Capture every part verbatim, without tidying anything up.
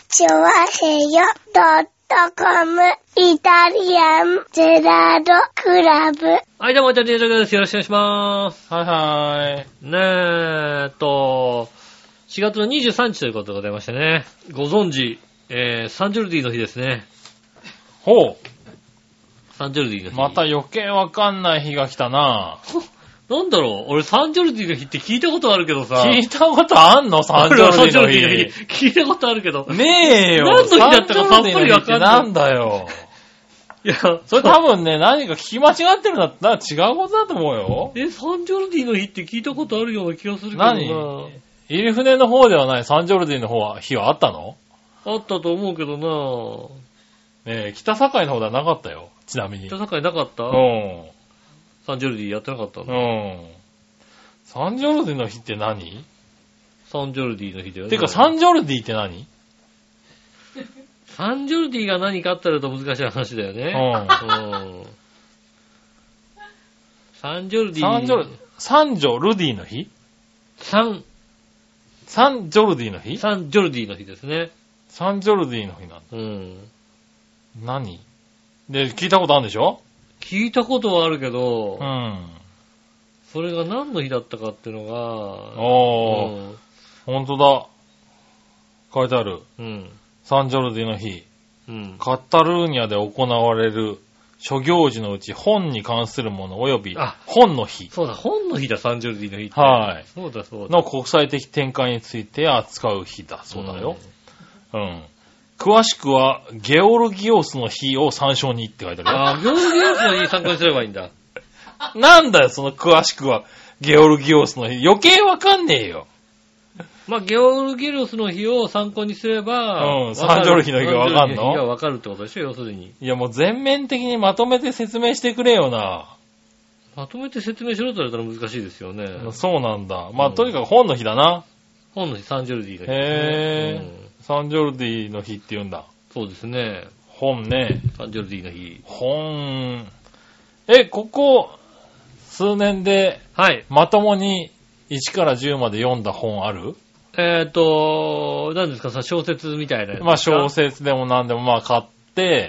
チョワヘヨドットコムイタリアンゼラードクラブ。 はい、どうも、イタリアンゼラードです。よろしくお願いします。 はいはーい。 ねえ、えっと、しがつのにじゅうさんにちということでございましてね。ご存知、えー、サンジョルディの日ですね。 ほう。 サンジョルディの日。 また余計わかんない日が来たな。 なんだろう俺サンジョルディの日って聞いたことあるけどさ。 聞いたことあんのサンジョルディの日。 サンジョルディの日。聞いたことあるけど。 ねえよ。 何の日だったかさっぱりわかんない。 なんだよ。 いや、 それ多分ね、何か聞き間違ってるんだったら違うことだと思うよ。 え、サンジョルディの日って聞いたことあるような気がするけどな。 何入船の方ではないサンジョルディの方は日はあったの？ あったと思うけどな。 ねえ、北境の方ではなかったよ。ちなみに。 北境なかった？ うん。 サンジョルディやってなかったの？ うん。サンジョルディの日って何？ サンジョルディの日だよね。 てかサンジョルディって何？ サンジョルディが何かあったらと難しい話だよね。 うん。 うん、サンジョルディ。 サンジョル、サンジョルディの日？ サン、 サンジョルディの日？ サンジョルディの日ですね。 サンジョルディの日なんだ。 うん。 何？で、聞いたことあるんでしょ？ 聞いたことはあるけど、 うん。 それが何の日だったかっていうのが、 おー、 うん、 ほんとだ。書いてある。 うん。 サンジョルディの日。 うん。 カタルーニャで行われる諸行事のうち本に関するもの及び本の日。 そうだ、本の日だ、サンジョルディの日って。 はい。 そうだ、そうだ。 の国際的展開について扱う日だそうだよ。うん。うん、詳しくは、ゲオルギオスの日を参照にって書いてあるよ。 ああ、ゲオルギオスの日参考にすればいいんだ。 なんだよ、その詳しくは、ゲオルギオスの日。余計わかんねえよ。 まあ、ゲオルギオスの日を参考にすれば、 うん、サンジョルディの日がわかんの？ サンジョルディの日がわかるってことでしょ、要するに。 いや、もう全面的にまとめて説明してくれよな。 まとめて説明しろと言われたら難しいですよね。 そうなんだ。まあ、うん、とにかく本の日だな。 本の日、サンジョルディの日、ね。 へぇー、うん。サンジョルディの日って言うんだ。 そうですね。 本ね。 サンジョルディの日。 本。え、ここ、数年で、 はい。 まともにいちからじゅうまで読んだ本ある？ えっと、何ですかさ、小説みたいなやつ。 まあ小説でも何でもまあ買って、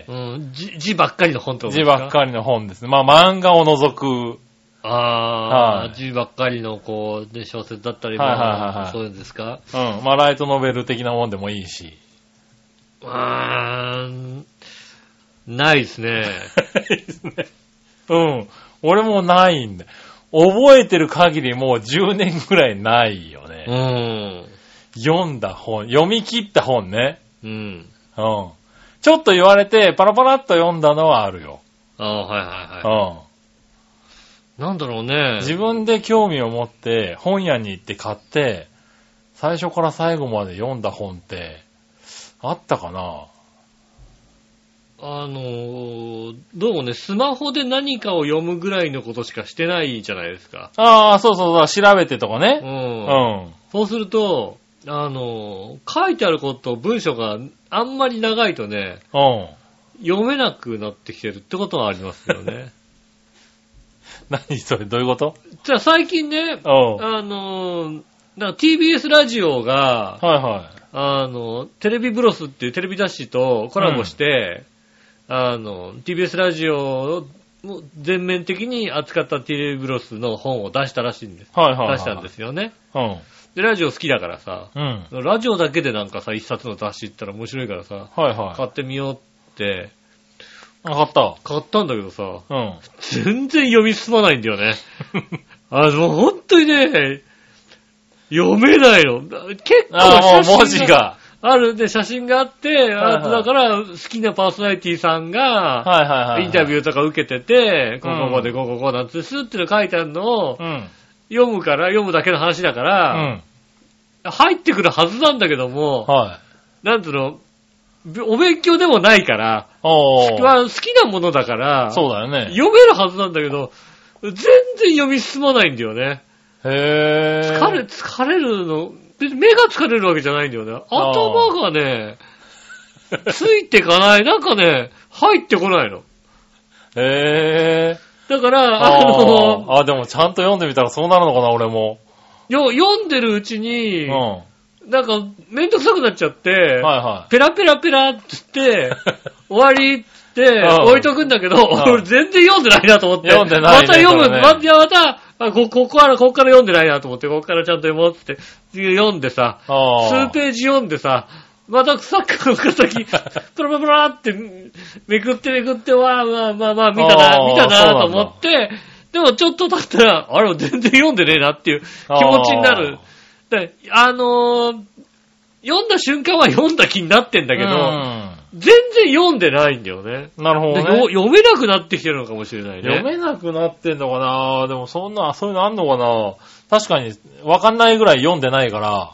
うん、字、字ばっかりの本ってことですか？字ばっかりの本ですね。まあ漫画を除く。 ああ、 はい、 字ばっかりのこう、で小説だったりも、 はいはいはいはい、 そういうんですか？ うん。まあライトノベル的なもんでもいいし。 あー、ないですね。 ないですね。うん。俺もないんだ。覚えてる限りもうじゅうねんぐらいないよね。 うん。 読んだ本、読み切った本ね。 うん。うん。 ちょっと言われてパラパラっと読んだのはあるよ。 ああ、はいはいはい。うん。なんだろうね。 自分で興味を持って本屋に行って買って、最初から最後まで読んだ本ってあったかな？ あのー、どうもね、スマホで何かを読むぐらいのことしかしてないじゃないですか。 ああ、そうそうそう、調べてとかね。 うん。うん。そうすると、あのー、書いてあること、文章があんまり長いとね、 うん。 読めなくなってきてるってことはありますよね。 何それ、どういうこと？ じゃあ最近ね、あのー、だから ティービーエス ラジオが、 はいはい。 あの、テレビブロスっていうテレビ雑誌とコラボして、うん、あの、ティービーエス ラジオを全面的に扱ったテレビブロスの本を出したらしいんです。 はいはいはい、 出したんですよね。 うん。 で、ラジオ好きだからさ、 うん、 ラジオだけでなんかさ、一冊の雑誌行ったら面白いからさ、 はいはい、 買ってみようって、 あ、買った。 買ったんだけどさ、 うん。 全然読み進まないんだよね。あの、本当にね、読めないの。結構写真があるんで、写真があって、はいはい、あとだから好きなパーソナリティさんが、 はいはいはいはい、 インタビューとか受けてて、こここでこここうなんてスッっての書いてあるのを、うん、読むから、読むだけの話だから、うん、入ってくるはずなんだけども、はい、なんつうの、お勉強でもないから、好きなものだから、 そうだよね。 読めるはずなんだけど、全然読み進まないんだよね。 へー。 疲れ、疲れるの、別に目が疲れるわけじゃないんだよね。頭がね、ついてかない。なんかね、入ってこないの。 へー。だから、あの、 あ、でもちゃんと読んでみたらそうなるのかな、俺も。 よ、読んでるうちに、うん、 なんか、めんどくさくなっちゃって、はいはい、 ペラペラペラって言って、終わりって置いとくんだけど、俺全然読んでないなと思って。 読んでない、ね。 また読む、ね、また、また、あこ、ここから、ここから読んでないなと思って、ここからちゃんと読もうって読んでさ、数ページ読んでさ、またサッカーの先、プラプラプラってめくってめくって、わーまあまあまあ見たな、見たなと思って、でもちょっと経ったら、あれ全然読んでねえなっていう気持ちになる。であのー、読んだ瞬間は読んだ気になってんだけど、全然読んでないんだよね。 なるほどね。 読めなくなってきてるのかもしれないね。 読めなくなってんのかな。でもそんな、そういうのあんのかな。確かに、わかんないぐらい読んでないから。 うん。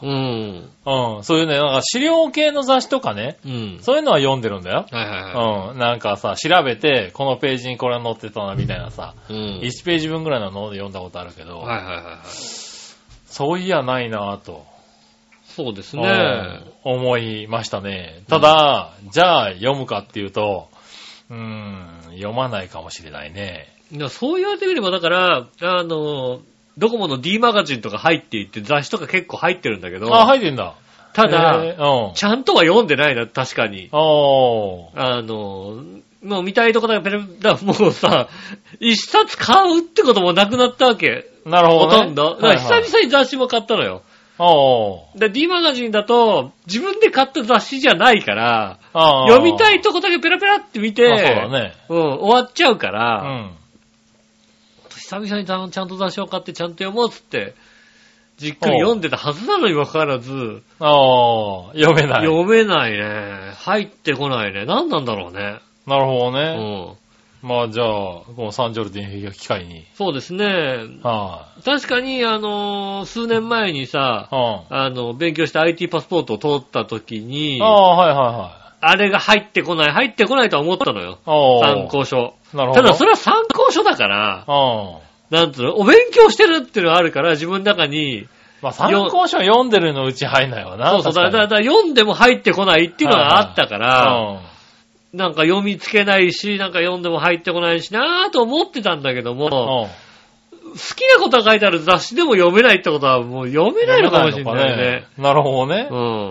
うん。そういうね、なんか資料系の雑誌とかね。 うん。 そういうのは読んでるんだよ。 はいはいはい。 うん。なんかさ、調べて、このページにこれ載ってたな、みたいなさ。うん。いちページ分ぐらいのので読んだことあるけど。 はいはいはいはい。 そういやないなぁと。 そうですね。 思いましたね。ただ、うん、じゃあ読むかっていうと、うーん、読まないかもしれないね。 いやそう言われてみれば、だから、あの、ドコモの D マガジンとか入っていって雑誌とか結構入ってるんだけど。 あ、入ってんだ。 ただ、うん、ちゃんとは読んでないな、確かに。 おあの、もう見たいとこだけペレだ、もうさ、一冊買うってこともなくなったわけ。 なるほど、ね。 ほとんど。だから久々に雑誌も買ったのよ。 おー。 で、D マガジンだと、自分で買った雑誌じゃないから、読みたいとこだけペラペラって見て、 あ、そうだね。 うん、終わっちゃうから、 うん。 久々にちゃんと雑誌を買ってちゃんと読もうっつって、じっくり読んでたはずなのにもかかわらず、 ああ、読めない。 読めないね。入ってこないね。何なんだろうね。 なるほどね。 うん。 まあじゃあ、このサンジョルディン機会に。 そうですね。 はあ、確かに、あのー、数年前にさ、 はあ、あの、勉強して アイティー パスポートを通った時に、 ああ、はいはいはい。 あれが入ってこない、入ってこないとは思ったのよ。参考書。 なるほど。 ただそれは参考書だから、 あなんつうの、お勉強してるっていうのがあるから、自分の中に、 まあ参考書読んでるのうち入んないわな。 そうそう、だから読んでも入ってこないっていうのがあったから、はいはい、なんか読みつけないし、なんか読んでも入ってこないしなぁと思ってたんだけども、好きなことが書いてある雑誌でも読めないってことはもう読めないのかもしれないね。 なるほどね。 うん。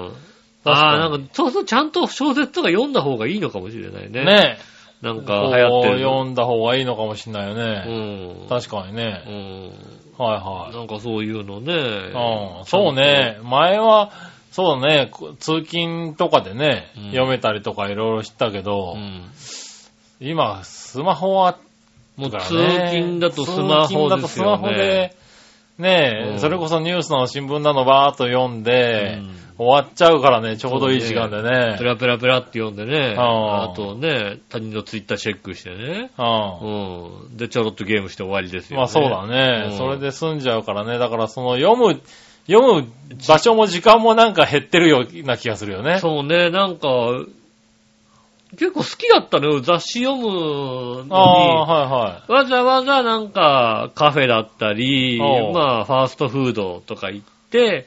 ああ、なんか、そうそう、ちゃんと小説とか読んだ方がいいのかもしれないね。 ねえ。なんか流行ってる。 読んだ方がいいのかもしれないよね。 うん。 確かにね。 うん。 はいはい。 なんかそういうのね。 うん。そうね。前は、そうだね、通勤とかでね、うん、読めたりとかいろいろ知ったけど、うん、今、スマホは、 もう通勤だとスマホですよね。通勤だとスマホで、 ねえ、うん、それこそニュースの新聞なのバーっと読んで、うん、終わっちゃうからね、ちょうどいい時間でね。 ペラペラペラって読んでね。あとね、他人のツイッターチェックしてね。うん。で、ちょろっとゲームして終わりですよね。 まあそうだね、うん。それで済んじゃうからね。だからその読む、読む場所も時間もなんか減ってるような気がするよね。 そうね、なんか、結構好きだったのよ、雑誌読むのに。 ああ、はいはい。 わざわざなんかカフェだったり、まあファーストフードとか行って、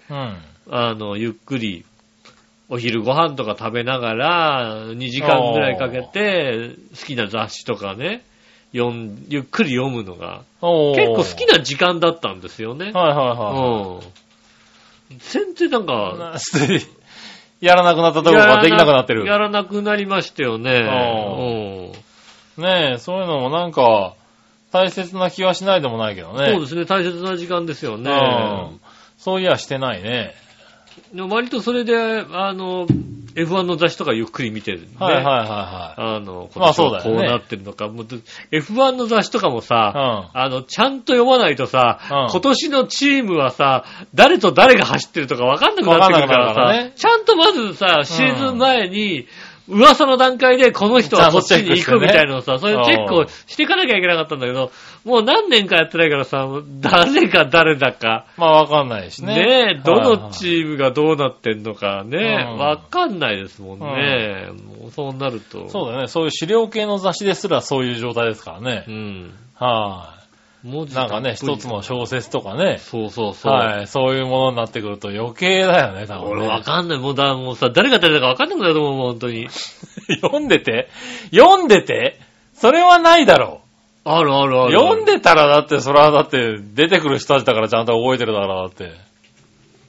うん、 あの、ゆっくりお昼ご飯とか食べながらにじかんぐらいかけて好きな雑誌とかね、読んゆっくり読むのが結構好きな時間だったんですよね。 はいはいはい。 うん、全然なんか、 やらなくなったところができなくなってる。 やらなくなりましたよね。 うん、ねえ、そういうのもなんか、大切な気はしないでもないけどね。 そうですね、大切な時間ですよね。 うん、そういやしてないね。 でも割とそれで、あの、エフワン の雑誌とかゆっくり見てるんで。 はいはいはいはい。 あの、今年はこうなってるのか。まあ、エフワン の雑誌とかもさ、うん、あの、ちゃんと読まないとさ、うん、今年のチームはさ、誰と誰が走ってるとかわかんなくなってくるからさ、ね、ちゃんとまずさ、シーズン前に、噂の段階でこの人はこっちに行くみたいなのをさ、そういうチェックをしていかなきゃいけなかったんだけど、もう何年かやってないからさ、誰が誰だか。 まあわかんないしね。 ねえ、どのチームがどうなってんのかね、わかんないですもんね。もうそうなると。 そうだね、そういう資料系の雑誌ですらそういう状態ですからね。 うん。 はい、もうなんかね、一つの小説とかね。 そうそうそう。 はい。そういうものになってくると余計だよね、多分ね。 俺わかんない。もうだ、もうさ、誰が誰だかわかんなくなると思う、本当に。 読んでて読んでてそれはないだろう。あるあるある。 読んでたらだって、それはだって出てくる人たちだからちゃんと覚えてるだからだって。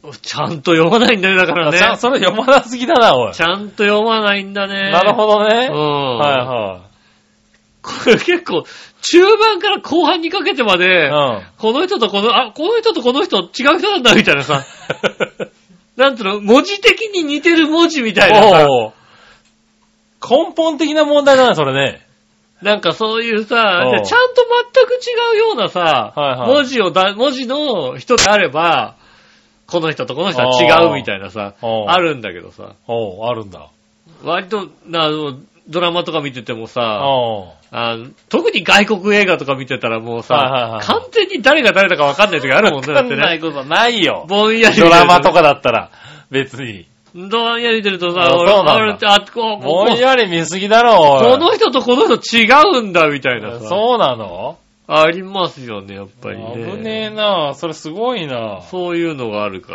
ちゃんと読まないんだよ、だからね。 ちゃん、それ読まなすぎだな、おい。 ちゃんと読まないんだね。 なるほどね。 うん。 はいはい。 これ結構、中盤から後半にかけてまで、うん、この人とこの、あ、この人とこの人違う人なんだ、みたいなさ。なんつうの、文字的に似てる文字みたいなさ。お根本的な問題だね、それね。 なんかそういうさ、ちゃんと全く違うようなさ、はいはい、文字をだ、文字の人であれば、この人とこの人は違うみたいなさ、あるんだけどさ。 おあるんだ。 割と、な、ドラマとか見ててもさ、あ特に外国映画とか見てたらもうさ、はいはいはい、完全に誰が誰だか分かんない時あるもんね。 分かんないことないよ。 ぼんやり。 ドラマとかだったら、別に。 ぼんやり見てるとさ、 俺、俺、あ、こう、ぼんやり見すぎだろ、 この人とこの人違うんだ、みたいなさ。 そうなの？ ありますよね、やっぱりね。 危ねえな、それすごいな。 そういうのがあるから。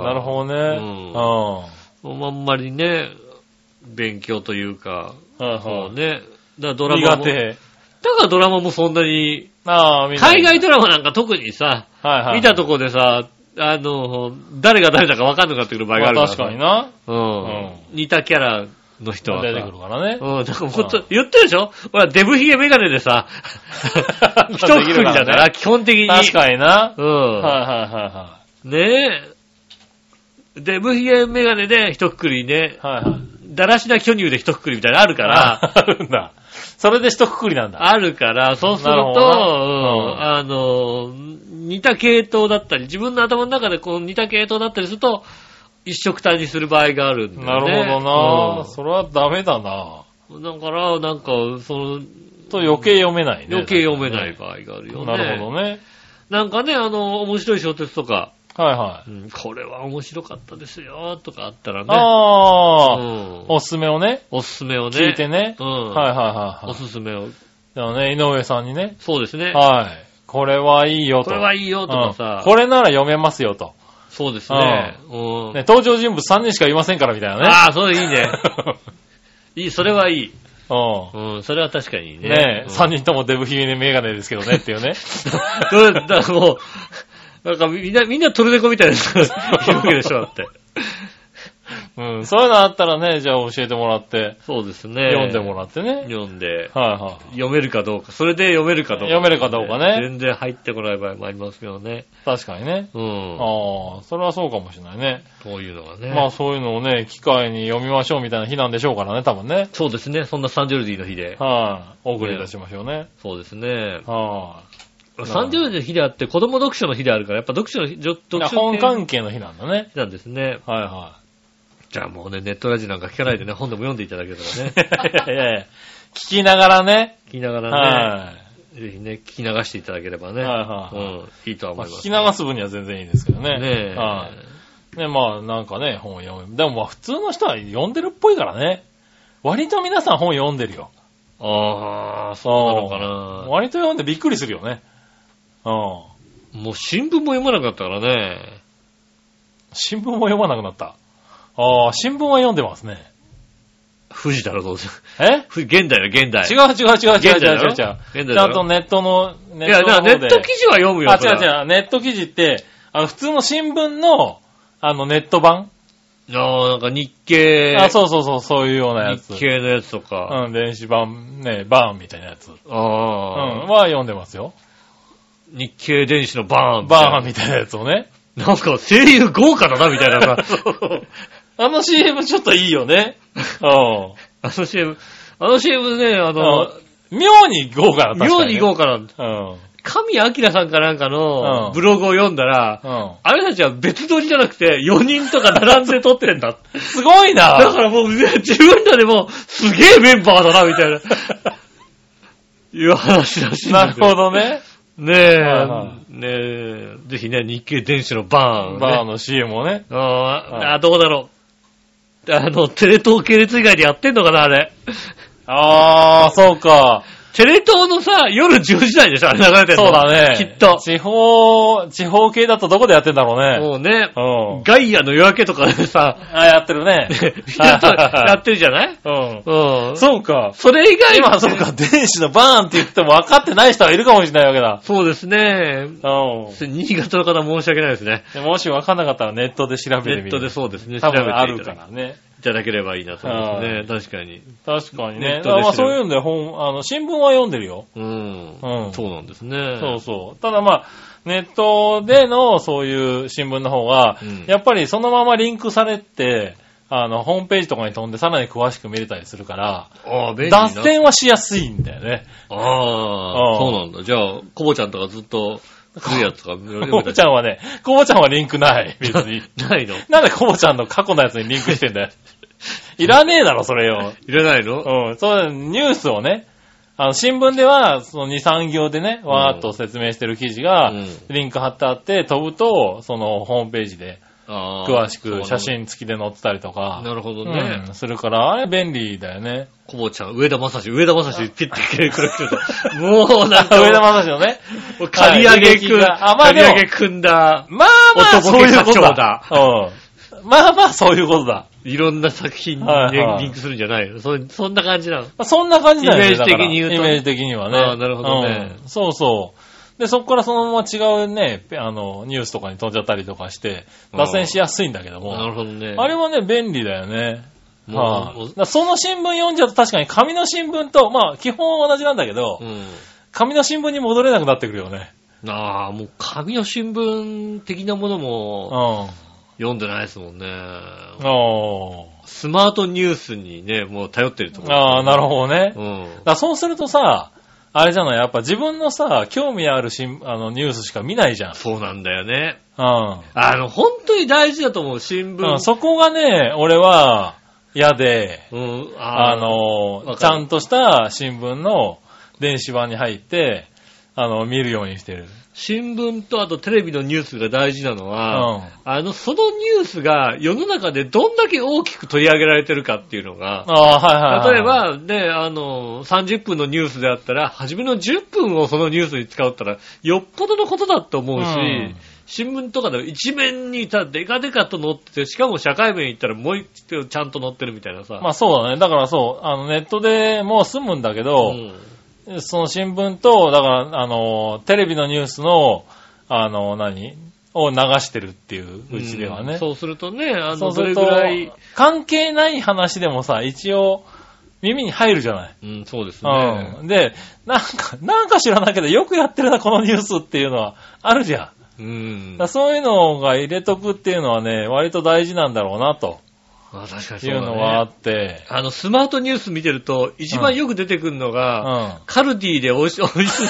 なるほどね。 うん。うん、あんまりね、勉強というか、そうね。だからドラマも。苦手。だからドラマもそんなに、ああ、海外ドラマなんか特にさ、はいはい、見たとこでさ、あの、誰が誰だか分かんなくなってくる場合があるから、 まあ、確かにな。 うん。うん、似たキャラの人はさ。 出てくるからね。 うん。だからもっと、言ってるでしょほら、デブヒゲメガネでさ、一括りだから、ね、基本的に。 確かにな。 うん。はいはいはいはい。ねえ。デブヒゲメガネで一括りね。はいはい。だらしな巨乳で一括りみたいなのあるから。 あるんだ。それで一括りなんだ。 あるから、そうすると、うん、あの、似た系統だったり、自分の頭の中でこう似た系統だったりすると、一色単にする場合があるんだよね。 なるほどな、うん、それはダメだな。 だから、なんか、その、 と余計読めないね。 余計読めない場合があるよね。 なるほどね。 なんかね、あの、面白い小説とか、 はいはい、 うん。これは面白かったですよ、とかあったらね。 ああ、うん、おすすめをね。 おすすめをね。 聞いてね。 うん。 はいはいはい。 おすすめを。 でもね、井上さんにね。 そうですね。 はい。これはいいよと。 これはいいよとかさ、 うん。これなら読めますよと。 そうですね。 うん、ね登場人物さんにんしかいませんからみたいなね。 ああ、それいいね。いい、それはいい。うん。うん、それは確かにね。 ねえ、うん、さんにんともデブヒゲメガネですけどねっていうね。 それ、だからもう、なんかみんな、みんなトルネコみたいな人がいるわけでしょ、だって。 うん、そういうのあったらね、じゃあ教えてもらって。 そうですね。 読んでもらってね。 読んで。 はいはい。 読めるかどうか。それで読めるかどうか、 ね。読めるかどうかね。 全然入ってこない場合もありますけどね。 確かにね。 うん。 ああ、それはそうかもしれないね。 そういうのがね。 まあそういうのをね、機会に読みましょうみたいな日なんでしょうからね、多分ね。 そうですね。そんなサンジョルディの日で。 はい、お送りいたしましょうね。 そうですね。 はい、 サンジョルディの日であって、子供読書の日であるから、やっぱ読書の日、読書本関係の日なんだね。 なんですね。 はいはい。 じゃあもうね、ネットラジオなんか聞かないでね、本でも読んでいただけたらね。 いやいやいや、聞きながらね。 聞きながらね。はい。ぜひね、聞き流していただければね。はいはい、はい。うん。いいとは思います、 ね。まあ、聞き流す分には全然いいですけどね。 ねえ。 はい。ね、まあなんかね、本読む。でもまあ普通の人は読んでるっぽいからね。割と皆さん本読んでるよ。 ああ、そうなのかな。 割と読んでびっくりするよね。うん。 もう新聞も読まなかったからね。 新聞も読まなくなった。ああ、新聞は読んでますね。 富士だろ、どうせ。 え現代だ、現代。 違う違う違う違う違う違う違う。ちゃんとネットの、 ネットの。いや、ネット記事は読むよ。 あ、違う違う。ネット記事って、あの、普通の新聞の、あの、ネット版ああ、なんか日経。 あ、そうそうそう、そういうようなやつ。 日経のやつとか。 うん、電子版、ね、版みたいなやつ。 ああ。 うん、は読んでますよ。 日経電子のバーン。 バーンみたいなやつをね。 なんか声優豪華だな、みたいなさ。 あの シーエム ちょっといいよね。うん。 あの シーエム、あの シーエム ね、あの、 妙に豪華な、確かに、 ね。妙に豪華な。うん。神明さんかなんかのブログを読んだら、うん、あれたちは別撮りじゃなくてよにんとか並んで撮ってんだ。 すごいな。 だからもう、ね、自分らでもすげえメンバーだな、みたいな。いう話らしいんだ。 なるほどね。 ねえ、はいはい、ねえ、ぜひね、日経電子のバーン、ね。 バーンの シーエム をね。 あ、はい、あ、どうだろう。あの、テレ東系列以外でやってんのかな、あれ。 ああ、そうか。 テレ東のさ、夜じゅうじ台でしょあれ流れてるの。 そうだね。 きっと。 地方、地方系だとどこでやってんだろうね。 もうね。 うん。 ガイアの夜明けとかでさ。 あ、やってるね。 やってるじゃない？ うん。 うん。 そうか。 それ以外今、そうか、電子のバーンって言っても分かってない人はいるかもしれないわけだ。 そうですね。 うん。 新潟の方申し訳ないですね。 もし分かんなかったらネットで調べてみる。 ネットでそうですね。 多分あるからね。 いただければいいなと思いますね。確かに。 確かにね。まあそういうんで本、あの、新聞は読んでるよ。 うん。うん。そうなんですね。 そうそう。ただまあ、ネットでのそういう新聞の方が、うん、やっぱりそのままリンクされて、あの、ホームページとかに飛んでさらに詳しく見れたりするから、 ああ、便利脱線はしやすいんだよね。 ああ、そうなんだ。じゃあ、コボちゃんとかずっと、来るやつとか見られる。 コボちゃんはね、コボちゃんはリンクない。別に。 ないの？ なんでコボちゃんの過去のやつにリンクしてんだよ。いらねえだろ、それよ。 いらないの？ うん。そう、ニュースをね、あの、新聞では、そのに、さん行でね、わーっと説明してる記事が、うん、リンク貼ってあって、飛ぶと、その、ホームページで、詳しく写真付きで載ってたりとか。 なるほどね。 うん、するから、あれ便利だよね。 コボちゃん、上田正史、上田正史ピッてくる人と。もうなんか。 上田正史のね。 刈り上げくん、あ、まあ、刈り上げくんだ。 まあまあ、そういうことだ。 うん。 まあまあ、そういうことだ。 いろんな作品にリンクするんじゃないの？そそんな感じなの？ そんな感じだよね。 イメージ的に言うと。 イメージ的にはね。 ああ、なるほどね、 うん。そうそう。で、そこからそのまま違うね、あの、ニュースとかに飛んじゃったりとかして、脱線しやすいんだけども。 なるほどね。 あれはね、便利だよね。はあ、その新聞読んじゃうと確かに紙の新聞と、まあ、基本は同じなんだけど、うん、紙の新聞に戻れなくなってくるよね。 ああ、もう紙の新聞的なものも、読んでないですもんね。 あスマートニュースにね、もう頼ってると思う、 ね。ああ、なるほどね。 うん、 だそうするとさ、あれじゃない、やっぱ自分のさ、興味あるしあのニュースしか見ないじゃん。 そうなんだよね。 うん。あの、本当に大事だと思う、新聞。 うん、そこがね、俺は嫌で、 うん、 あ, あの、ちゃんとした新聞の電子版に入って、あの、見るようにしてる。 新聞とあとテレビのニュースが大事なのは、 うん、 あの、そのニュースが世の中でどんだけ大きく取り上げられてるかっていうのが、 あはいはいはい、 例えば、ね、あの、さんじゅっぷんのニュースであったら、初めのじゅっぷんをそのニュースに使うったら、よっぽどのことだと思うし、うん、新聞とかで一面にたデカデカと載ってて、しかも社会面行ったらもう一丁ちゃんと載ってるみたいなさ。 まあそうだね。だからそう、あの、ネットでもう済むんだけど、うん、その新聞と、だから、あの、テレビのニュースの、あの、何を流してるっていう、うちではね、 うん。そうするとね、あの、 そうするとどれぐらい。 関係ない話でもさ、一応、耳に入るじゃない。 うん、そうですね。 うん。で、なんか、なんか知らないけど、よくやってるな、このニュースっていうのは、あるじゃん。うん。 だそういうのが入れとくっていうのはね、割と大事なんだろうな、と。 あ、確かにそうだね。 いうのはあって。 あの、スマートニュース見てると、一番よく出てくるのが、うん、カルディでおいし、おいしい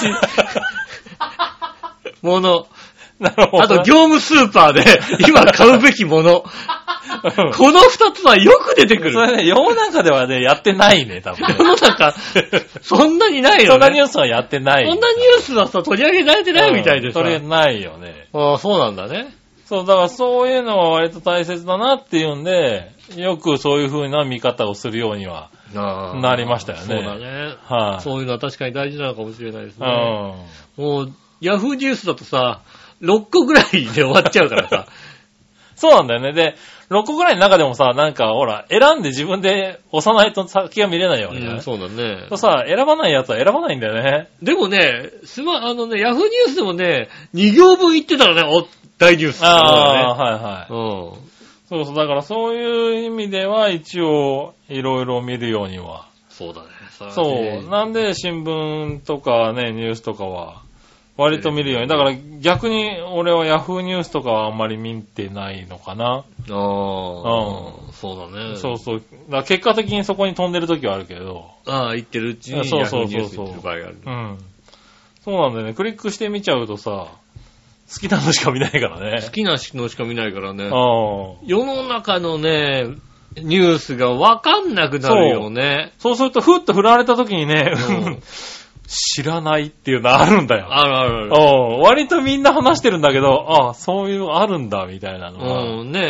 もの。 なるほど。 あと、業務スーパーで、今買うべきもの。この二つはよく出てくる。 それね、世の中ではね、やってないね、多分、ね。 世の中、そんなにないよね。 そんなニュースはやってない。 そんなニュースはさ、取り上げられてないみたいでさ。 うん、取り上げないよね。 ああ、そうなんだね。 そう、だからそういうのは割と大切だなっていうんで、よくそういう風な見方をするようにはなりましたよね。 そうだね。 はい、 あ、そういうのは確かに大事なのかもしれないですね。 うん、 もう、ヤフーニュースだとさ、ろっこぐらいで終わっちゃうからさ。 そうなんだよね。で、ろっこぐらいの中でもさ、なんかほら、選んで自分で押さないと先が見れないよね。 うん、そうだね。 とさ、選ばないやつは選ばないんだよね。 でもね、すま、あのね、ヤフーニュースでもね、に行分言ってたらね、お、大ニュース、ね。 ああ、はいはい。 うん。 そうそう、だからそういう意味では一応、いろいろ見るようには。 そうだね。 そう。なんで新聞とかね、ニュースとかは、割と見るように。だから逆に俺はヤフーニュースとかはあんまり見てないのかな。ああ。うん。 そうだね。 そうそう。だから結果的にそこに飛んでる時はあるけど。 ああ、言ってるうちにそうそうそうそうヤフーニュース言ってる場合がある。 うん。そうなんだよね。クリックして見ちゃうとさ、好きなのしか見ないからね。 好きなのしか見ないからね。 ああ。 世の中のね、ニュースがわかんなくなるよね。 そう、そうするとふっと振られた時にね、うん知らないっていうのあるんだよ。 あるあるある。 うん。割とみんな話してるんだけど、ああ、そういうあるんだ、みたいなのは。 うん、ね。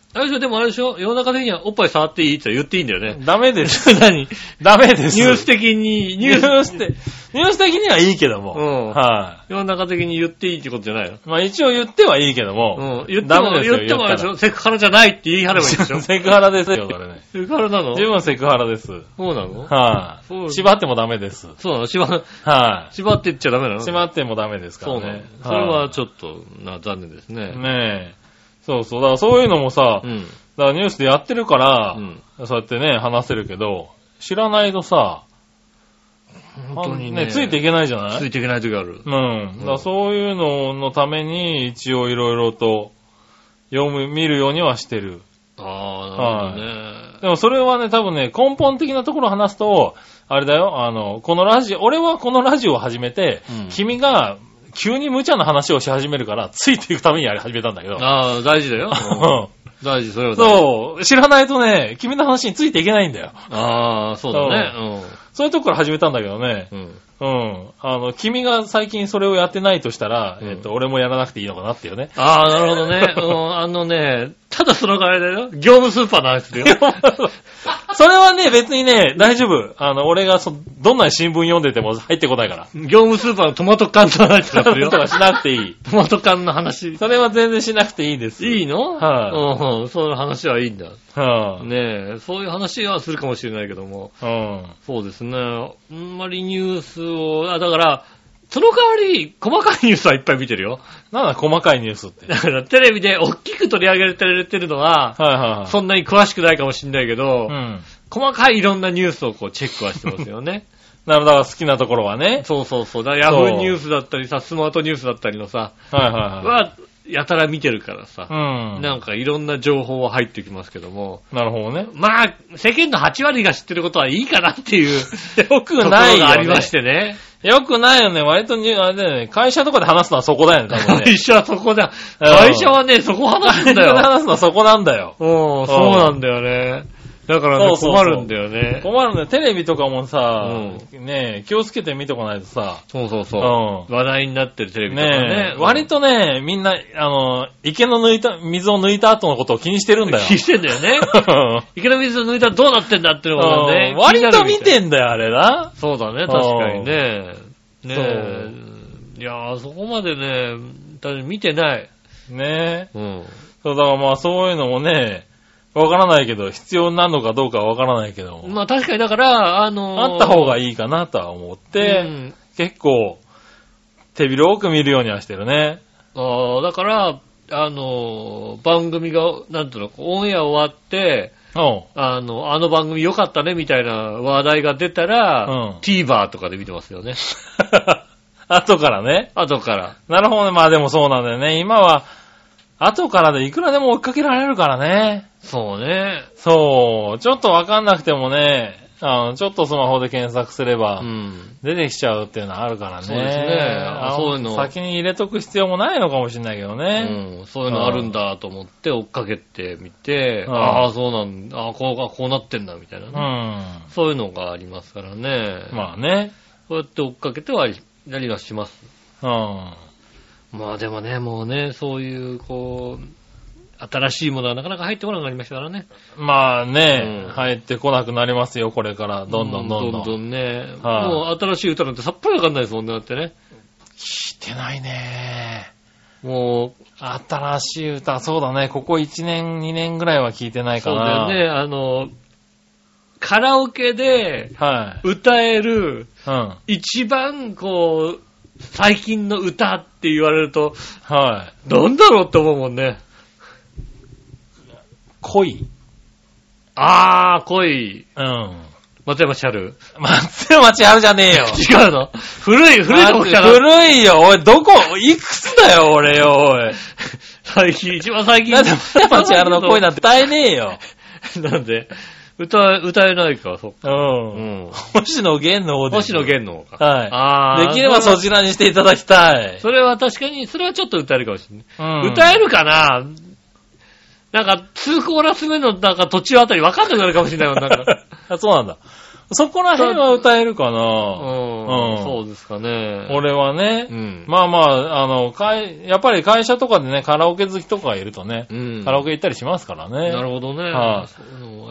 あれでしょ、でもあれでしょ、世の中的にはおっぱい触っていいって言っていいんだよね。 ダメです。 何ダメです。 ニュース的に、 ニュース的、ニュース的にはいいけども。うん。 はい、世の中的に言っていいってことじゃないの？ まあ一応言ってはいいけども。 うん。言っても、言ってもあれでしょ、セクハラじゃないって言い張ればいいでしょ。 セクハラですよ、それね。 セクハラなの？ 十分セクハラです。 そうなの？ はい、あ、縛ってもダメです。 そうなの？縛、はい、 あ、 縛ってっちゃダメなの？ 縛ってもダメですからね。そうなの？ それはちょっと、な、残念ですね。 ねえ。そうそう。だからそういうのもさ、うん、だからニュースでやってるから、うん、そうやってね、話せるけど、知らないとさ、 本当にね、 ね、ついていけないじゃない？ ついていけない時ある。 うん。だからそういうののために、一応いろいろと読む、見るようにはしてる。 ああ、なるほどね、はい。 でもそれはね、多分ね、根本的なところを話すと、あれだよ、あの、このラジオ、俺はこのラジオを始めて、うん、君が、急に無茶な話をし始めるから、ついていくためにやり始めたんだけど。 ああ、大事だよ。大事、それは大事。 そう、知らないとね、君の話についていけないんだよ。 ああ、そうだね。うん。 そういうとこから始めたんだけどね。うん。うん。あの、君が最近それをやってないとしたら、うん、えっと、俺もやらなくていいのかなっていうね。 ああ、なるほどね。うん、あのね、ただそのあれだよ。業務スーパーの話だよ。 それはね、別にね、大丈夫。あの、俺がそ、どんな新聞読んでても入ってこないから。 業務スーパーのトマト缶の話だよ。 とかしなくていい。 トマト缶の話。 それは全然しなくていいです。 いいの？ はい、 あ、うん。そういう話はいいんだ。 はあ、 ねえ、そういう話はするかもしれないけども。 うん、 そうですね。あんまりニュースを、あ、だから、その代わり、細かいニュースはいっぱい見てるよ。 なんだ、細かいニュースって。 だから、テレビで大きく取り上げられてるのは、 はいはいはい、 そんなに詳しくないかもしれないけど、 うん、 細かいいろんなニュースをこうチェックはしてますよね。 なるほど、好きなところはね。 そうそうそう。だからヤフーニュースだったりさ、スマートニュースだったりのさ、 はいはいはい。 は、やたら見てるからさ、 うん、 なんかいろんな情報は入ってきますけども。 なるほどね。 まあ、世間のはち割が知ってることはいいかなっていう。 よくないよ、ね。ところがありましてね。 よくないよね。割とに、あれだよね。会社とかで話すのはそこだよね、多分ね。 会社はそこだ。会社はね、そこ話すんだよ。 会社で話すのはそこなんだよ。 うん、そうなんだよね。だからね、そうそうそう、困るんだよね。 困るんだよ。テレビとかもさ、うん、ね、気をつけて見とかないとさ。 そうそうそう。うん、話題になってるテレビとかね。 ね、割とね、みんな、あの、池の抜いた、水を抜いた後のことを気にしてるんだよ。 気にしてんだよね。池の水を抜いたらどうなってんだっていうのがね。 割と見てんだよ、あれな。 そうだね、確かにね。ねえ。いやー、そこまでね、見てない。 ねえ。 うん。 そう、だからまあそういうのもね、わからないけど、必要なのかどうかはわからないけど。 まあ確かにだから、あのー、 あった方がいいかなとは思って、うん、結構、手広く見るようにはしてるね。 ああ、だから、あのー、番組が、なんていうの、オンエア終わって、あの、あの番組良かったねみたいな話題が出たら、うん、TVer とかで見てますよね。 後からね。 後から。 なるほどね。まあでもそうなんだよね。今は、後からでいくらでも追っかけられるからね。 そうね。 そう。ちょっとわかんなくてもね、あの、ちょっとスマホで検索すれば、出てきちゃうっていうのはあるからね。そうですね。あ、そういうの。先に入れとく必要もないのかもしれないけどね。 うん。そういうのあるんだと思って追っかけてみて、うん、ああ、そうなんだ。ああ、こう、こうなってんだみたいなね。うん。そういうのがありますからね。 まあね。 そうやって追っかけては何がします。 うん。 まあでもね、もうね、そういう、こう、新しいものはなかなか入ってこなくなりましたからね。 まあね、うん、入ってこなくなりますよ、これから。どんどんどんどん。 どんどんね。はあ、もう新しい歌なんてさっぱりわかんないですもんね、だってね。 聞いてないね。 もう、 新しい歌、そうだね、ここいちねん、にねんぐらいは聞いてないかな。 そうだよね、あの、カラオケで歌える、はい、うん、一番こう、最近の歌って言われると、 はい。 なんだろうって思うもんね。 恋？ あー、恋。 うん。 松山千春。 松山千春じゃねえよ。 違うの？古い、古いとこ来たな。 古いよ。おい、どこ、いくつだよ、俺よ、おい。 最近、一番最近。 なんで松山千春の恋なんて歌えねえよ。 なんで歌、歌えないか、そっか。 うん。うん。星野源の方で。 星野源の方か。 はい。 あー。できればそちらにしていただきたい。 それは確かに、それはちょっと歌えるかもしれない。うん。歌えるかな？なんか、ツーコーラス目のなんか途中あたり分かんなくなるかもしれないもん、なんか。 あ、そうなんだ。 そこら辺は歌えるかな。うん。 うん。そうですかね。 俺はね。うん。まあまあ、あの、会、やっぱり会社とかでね、カラオケ好きとかがいるとね、うん、カラオケ行ったりしますからね。 なるほどね。 はい、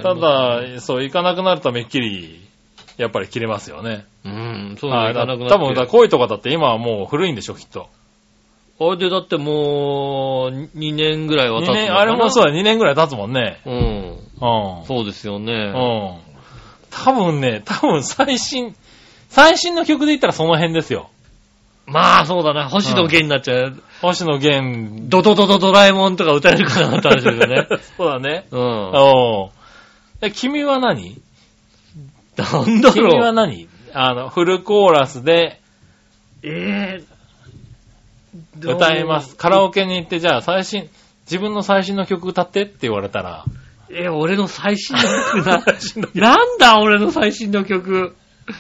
ただ、そう、行かなくなるとめっきり、やっぱり切れますよね。 うん、そうだね。 多分、だ恋とかだって今はもう古いんでしょ、きっと。 あれでだってもう、にねんぐらいは経つのかな。にねん、 あれもそうだ、にねんぐらい経つもんね。 うん。うん。そうですよね。うん。多分ね、多分最新、最新の曲で言ったらその辺ですよ。 まあそうだな、星野源になっちゃう。うん、 星野源。 ドドドドドラえもんとか歌えるかなって話ですよね。 そうだね。うん。おー。え、君は何？ なんだろう。 君は何？あの、フルコーラスで、 えー、歌えます。カラオケに行って、じゃあ最新、自分の最新の曲歌ってって言われたら。 えー、俺の最新の曲な、なんだ俺の最新の曲。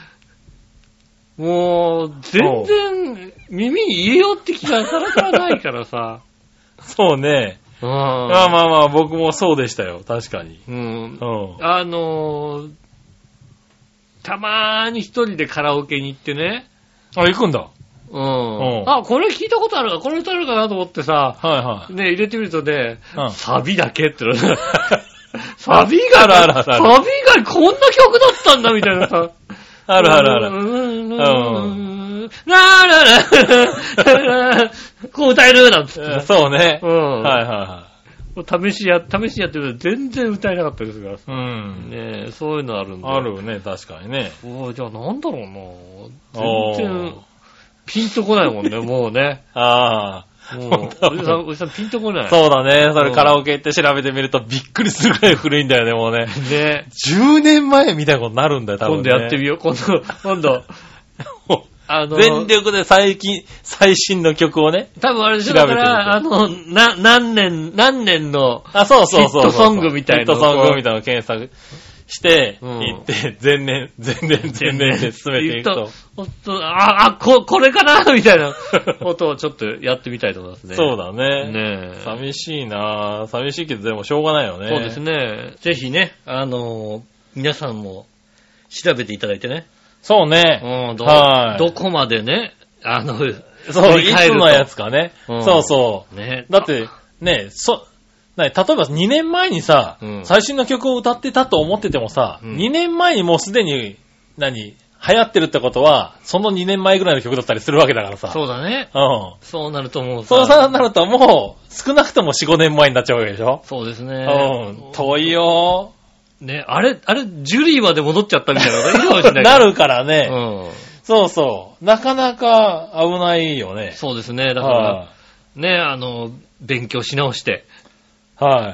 もう、全然、耳に入れようって気がさらさらないからさ。 そうね。うん。まあまあまあ、僕もそうでしたよ。確かに。 うん。うん、あのー、たまーに一人でカラオケに行ってね。 あ、行くんだ。 うん。うん、あ、これ聞いたことあるか、これ歌えるかなと思ってさ。 はいはい。 ね、入れてみるとね、うん、サビだけってのね。サビが、 あるあるある。 サビがこんな曲だったんだみたいなさ。 あるあるある。 うん。ラーララこう歌えるなんつって。 そうね。うん。はいはいはい。 試しや、試しやってると全然歌えなかったですから。 うん。 ねえ、そういうのあるんで。 あるね、確かにね。 おじゃあなんだろうな。全然、ピンとこないもんね、もうね。 ああ。 もう、おじさん、おじさんピンとこない。 そうだね。それカラオケ行って調べてみるとびっくりするくらい古いんだよね、もうね。 ね。 じゅうねんまえみたいなことになるんだよ、多分、ね。 今度やってみよう、今度、今度。 あの、全力で最近、最新の曲をね。 多分あれでしょ、だから、あの、な、何年、何年の、 あ、そうそうそうそう。 ヒットソングみたいな。 ヒットソングみたいなのを検索して、うん、行って、前年、前年、前年で進めていくと。 ほんと、あ、あ、こ、これかなみたいなことをちょっとやってみたいと思いますね。 そうだね。 ねえ。 寂しいなぁ。寂しいけど、でもしょうがないよね。 そうですね。ぜひね、あのー、皆さんも調べていただいてね。 そうね。 うん、ど、はい、どこまでね、あの、 そう、いつのやつかね。うん、そうそう。 ね。 だって、ね、そ、なに、例えばにねんまえにさ、うん、最新の曲を歌ってたと思っててもさ、うん、にねんまえにもうすでに、何、流行ってるってことは、そのにねんまえぐらいの曲だったりするわけだからさ。 そうだね。 うん。 そうなるともうさ。そうなるともう、少なくともよん、ごねんまえになっちゃうわけでしょ。 そうですね。 うん。遠いよね、あれ、あれ、ジュリーまで戻っちゃったみたいなのがいいかもしれない。 なるからね。 うん。 そうそう。なかなか危ないよね。 そうですね。だから、ね、あの、勉強し直して。 はい。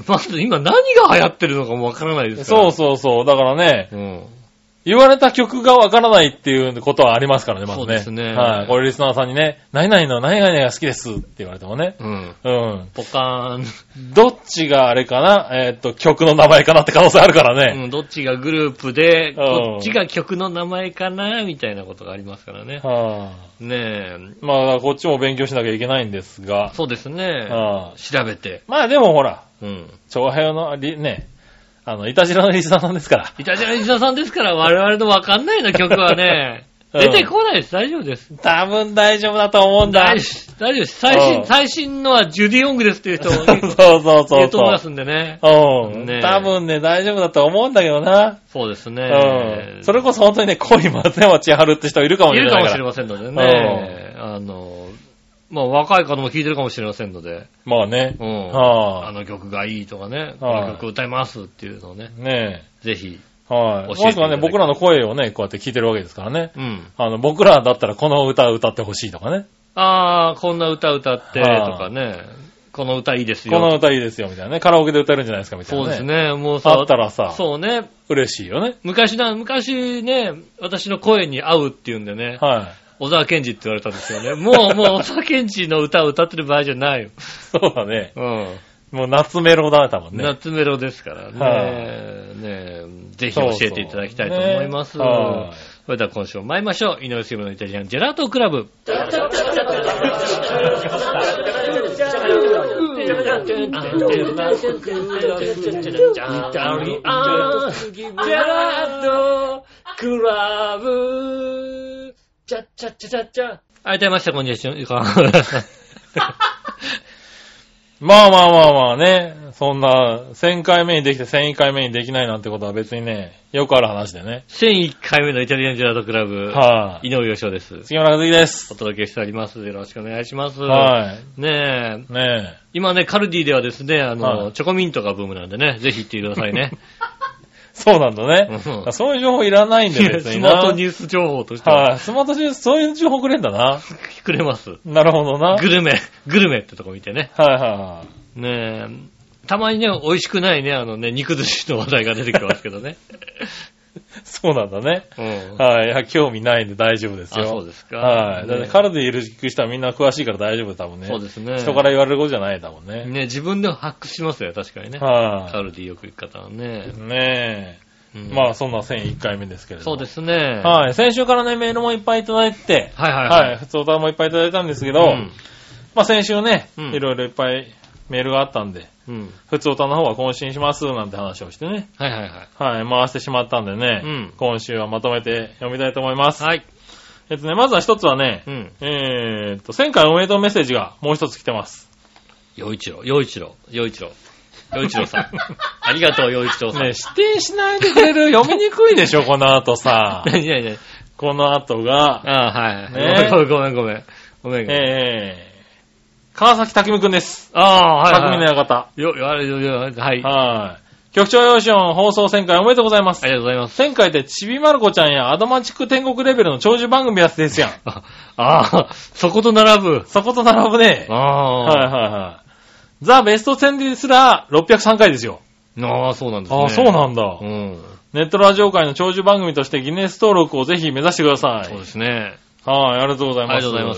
まず今何が流行ってるのかもわからないですから。 そうそうそう。だからね、うん、言われた曲がわからないっていうことはありますからね、まずね。そうですね。はい。これリスナーさんにね、何々の何々が好きですって言われてもね。 うん。 うん。 ポカーン。 どっちがあれかなえー、っと、曲の名前かなって可能性あるからね。 うん、どっちがグループで、こっちが曲の名前かなみたいなことがありますからね。 はあ、ねえ。 まあ、こっちも勉強しなきゃいけないんですが。 そうですね。はあ、調べて。 まあでもほら、 うん。 長平の、ね、あの、イタジラのリスナーさんですから。 イタジラのリスナーさんですから、我々のわかんないの曲はね、うん、出てこないです。大丈夫です。 多分大丈夫だと思うんだ。 大丈夫、大丈夫です。最新、最新のはジュディ・オングですっていう人も、 そうそうそうそう。 言うと思いますんでね。 うん。ね、多分ね、大丈夫だと思うんだけどな。 そうですね。 うん。それこそ本当にね、恋松山千春って人いるかもしれないから。 いるかもしれませんのでね。うん、あの、まあ若い方も聴いてるかもしれませんので。 まあね。 うん。はあ、あの曲がいいとかね。この曲歌いますっていうのをね。 ねえ。ぜひ。 はい。もしくはね、僕らの声をね、こうやって聞いてるわけですからね。 うん。 あの、僕らだったらこの歌を歌ってほしいとかね。 ああ、こんな歌歌ってとかね。この歌いいですよ。 この歌いいですよみたいなね。カラオケで歌えるんじゃないですかみたいなね。 そうですね。もうさ。 あったらさ。 そうね。 嬉しいよね。 昔な、昔ね、私の声に合うっていうんでね。 はい。 小沢健二って言われたんですよね。もう、もう、小沢健二の歌を歌ってる場合じゃないよ。 そうだね。 うん。 もう夏メロだね、多分ね。 夏メロですからね。はねぜひ教えていただきたいと思います。そうそうね、 それでは今週も参りましょう。井上杉村のイタリアンジェラートクラブ。はい、出ました、こんにちは。 まあまあまあまあね、そんな、せんかいめにできてせんいっかいめにできないなんてことは別にね、よくある話でね。 せんいっかいめのイタリアンジェラートクラブ。はい、井上義雄です。 杉村和樹です。 お届けしております。よろしくお願いします。 はい。 ねえ。 ねえ。 今ね、カルディではですね、あの、はい、チョコミントがブームなんでね、ぜひ行ってくださいね。 そうなんだね、うん。そういう情報いらないんだよ、別にな。 スマートニュース情報としては。 はい、スマートニュース、そういう情報くれんだな。 くれます。 なるほどな。 グルメ、グルメってとこ見てね。 はいはいはい。 ねえ、たまにね、美味しくないね、あのね、肉寿司の話題が出てきますけどね。 そうなんだね。うん。はい。いや、興味ないんで大丈夫ですよ。 あ、そうですか。 はい。ね、だってカルディいる人はみんな詳しいから大丈夫だもんね。 そうですね。 人から言われることじゃないだもんね。 ね、自分でも発掘しますよ、確かにね。 はい。 カルディよく行く方はね。 ねえ。うん、まあ、そんなせんいっかいめですけれども。 そうですね。 はい。先週からね、メールもいっぱいいただいて。 はいはいはい。 はい。普通歌もいっぱいいただいたんですけど、うん、まあ先週ね、うん、いろいろいっぱいメールがあったんで、うん、普通歌の方は更新しますなんて話をしてね。 はいはいはい。 はい、回してしまったんでね、うん、今週はまとめて読みたいと思います。 はい。 えっとね、まずは一つはね、うん、えーっと、せんかいおめでとうメッセージがもう一つ来てます。 陽一郎、陽一郎、陽一郎。陽一郎さん。ありがとう、陽一郎さん。 ね、指定しないでくれる読みにくいでしょ、この後さ。 何何何この後が。 ああ、はい。ね、ごめんごめんごめん。ごめんごめん。 えー。川崎匠くんです。 ああ、はい、はい。 匠の館。 よ、よ、よ、よ、はい。 はい。局長よしおん放送せんかいおめでとうございます。 ありがとうございます。 せんかいってちびまる子ちゃんやアドマチック天国レベルの長寿番組やつですやん。 ああ、そこと並ぶ。 そこと並ぶね。 ああ。 はいはいはい。ザ・ベストテンですらろっぴゃくさんかいですよ。 ああ、そうなんですね。 ああ、そうなんだ。 うん。 ネットラジオ界の長寿番組としてギネス登録をぜひ目指してください。 そうですね。 はい、ありがとうございます。 ありがとうございます。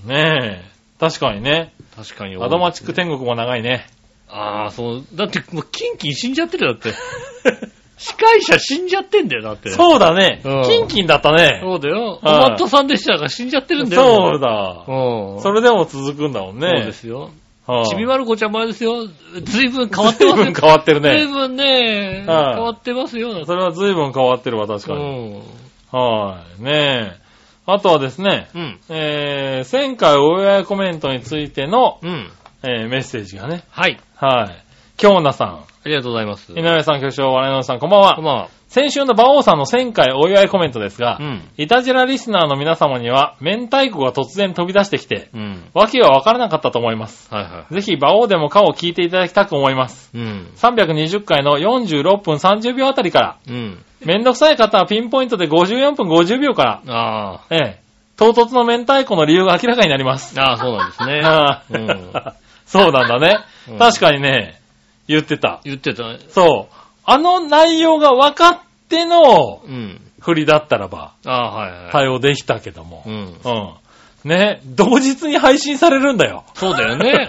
ねえ。確かにね。 確かに。 アドマチック天国も長いね。 ああ、そう。だって、もう、キンキン死んじゃってるよ、だって。司会者死んじゃってんだよ、だって。 そうだね。うん、キンキンだったね。 そうだよ。おマットさんでしたから死んじゃってるんだよ。 そうだ。うん。それでも続くんだもんね。 そうですよ。ちびまる子ちゃんもあれですよ。ずいぶん変わってますよ。 ずいぶん変わってるね。 ずいぶんね、変わってますよ。 それはずいぶん変わってるわ、確かに。はい。ねえ。あとはですね、うん、えー、せんかいお祝いコメントについての、うん、えー、メッセージがね。 はい。 はい。京奈さん。 ありがとうございます。 井上さん、局長、笑いのおさん、こんばんは。 こんばんは。 先週の馬王さんのせんかいお祝いコメントですが、うん、イタジラリスナーの皆様には、明太子が突然飛び出してきて、うん、わけはわからなかったと思います。はいはい、ぜひ馬王でもかを聞いていただきたく思います。うん、さんびゃくにじゅっかいのよんじゅうろっぷんさんじゅうびょうあたりから、うん、めんどくさい方はピンポイントでごじゅうよんぷんごじゅうびょうから、あええ、唐突の明太子の理由が明らかになります。 ああ、そうなんですね。 うん、そうなんだね、うん。確かにね、言ってた。 言ってたね。 そう。あの内容が分かっての、振りだったらば、 うん、あはいはい、 対応できたけども、うん。うん。ね、同日に配信されるんだよ。 そうだよね。うん。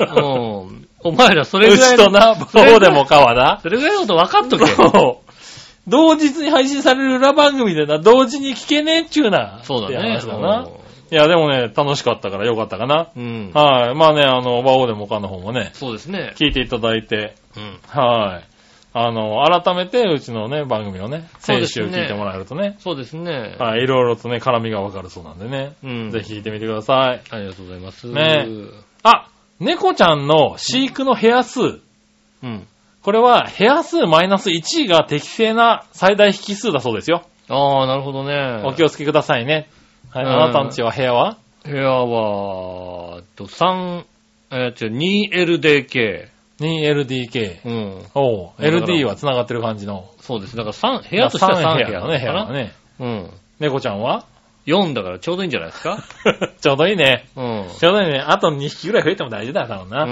お前らそれぐらい。 うちとな、そうでもかはな。 それぐらいのこと分かっとけよ。 そう。同日に配信される裏番組でな、同時に聞けねえっちゅうな。 そうだね。 話だな。いや、でもね、楽しかったからよかったかな。うん。はい。まあね、あの、バオでもかの方もね。 そうですね。 聞いていただいて。うん。はい。あの、改めて、うちのね、番組をね、先週聞いてもらえるとね。 そうですね。 はい。いろいろとね、絡みがわかるそうなんでね。うん。ぜひ聞いてみてください。 ありがとうございます。 ね。あ、猫ちゃんの飼育の部屋数。うん。これは、部屋数マイナスいちが適正な最大引数だそうですよ。 ああ、なるほどね。 お気をつけくださいね。はい。あなたんちは部屋は部屋は、と、さん、えー、違う、にエルディーケー。 にエルディーケー。うん。おう。エルディー は繋がってる感じの。 そうです。だからさん、部屋としてはさん部屋だね、 部屋はね。 うん。 猫ちゃんはよんだからちょうどいいんじゃないですかちょうどいいね。 うん。 ちょうどいいね。あとにひきぐらい増えても大丈夫だよ、多分な。うん。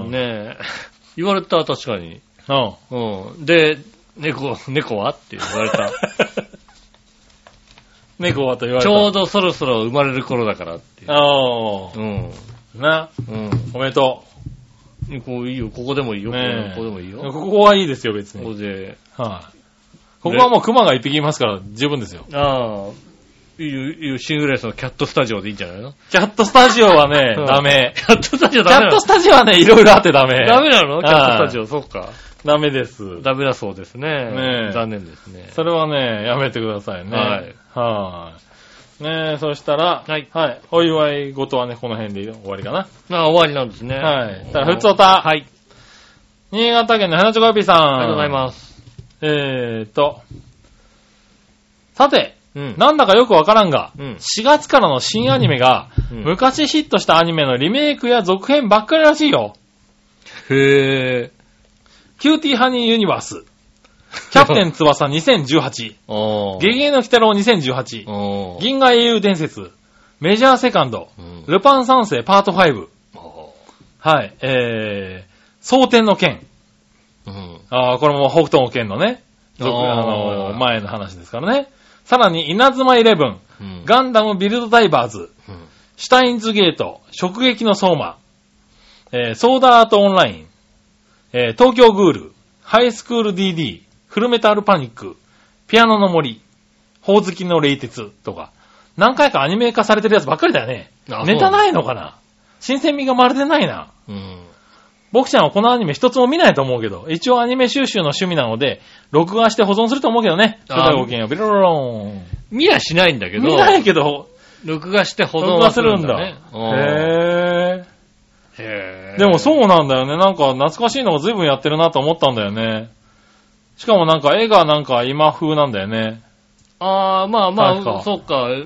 うん。ねえ。言われた、確かに。うん。うん。で、猫、猫はって言われた。 猫はと言われた。 ちょうどそろそろ生まれる頃だからっていう。 ああ。うん。な。うん。おめでとう。 こういいよ、ここでもいいよ。ね、ここでもいいよ。 ここはいいですよ、別に。 ここで。 はい、 ここはもう熊が一匹いますから十分ですよ。 ああ。いう、いうシングレースのキャットスタジオでいいんじゃないの？ キャットスタジオはね、ダメ。 キャットスタジオダメなの？ キャットスタジオはね、いろいろあってダメ。 ダメなの？キャットスタジオ、そっか。 ダメです。 ダメだそうですね。 ねえ。 残念ですね。 それはね、やめてくださいね。はい。はい。ねえ、そしたら、はい。はい。お祝い事はね、この辺で終わりかな。 ああ、終わりなんですね。 はい。ただ、ふつおた。はい。新潟県の花ちょこよぴさん。ありがとうございます。 えーと、さて、うん、なんだかよくわからんが、うん、しがつからの新アニメが、うん、昔ヒットしたアニメのリメイクや続編ばっかりらしいよ。 へー。 キューティーハニーユニバース。キャプテン翼にせんじゅうはち。ゲゲゲの鬼太郎にせんじゅうはち。銀河英雄伝説。メジャーセカンド。うん、ルパン三世パートファイブ。はい。えー、蒼天の剣。うん、ああ、これも北斗の剣のね。あの、前の話ですからね。さらに、稲妻イレブン、うん、ガンダムビルドダイバーズ、うん、シュタインズゲート、直撃の相馬、えー、ソーダアートオンライン、えー、東京グール、ハイスクール ディーディー、フルメタルパニック、ピアノの森、ほおずきの冷徹とか、何回かアニメ化されてるやつばっかりだよね。ネタないのかな？新鮮味がまるでないな。うん僕ちゃんはこのアニメ一つも見ないと思うけど、一応アニメ収集の趣味なので、録画して保存すると思うけどね。初代ごきげんよう、ビロロローン。 見やしないんだけど。 見ないけど、 録画して保存はするんだね。 録画するんだ。へー。へー。でもそうなんだよね。なんか懐かしいのが随分やってるなと思ったんだよね。しかもなんか絵がなんか今風なんだよね。 あー、まあまあ、そっか。うん。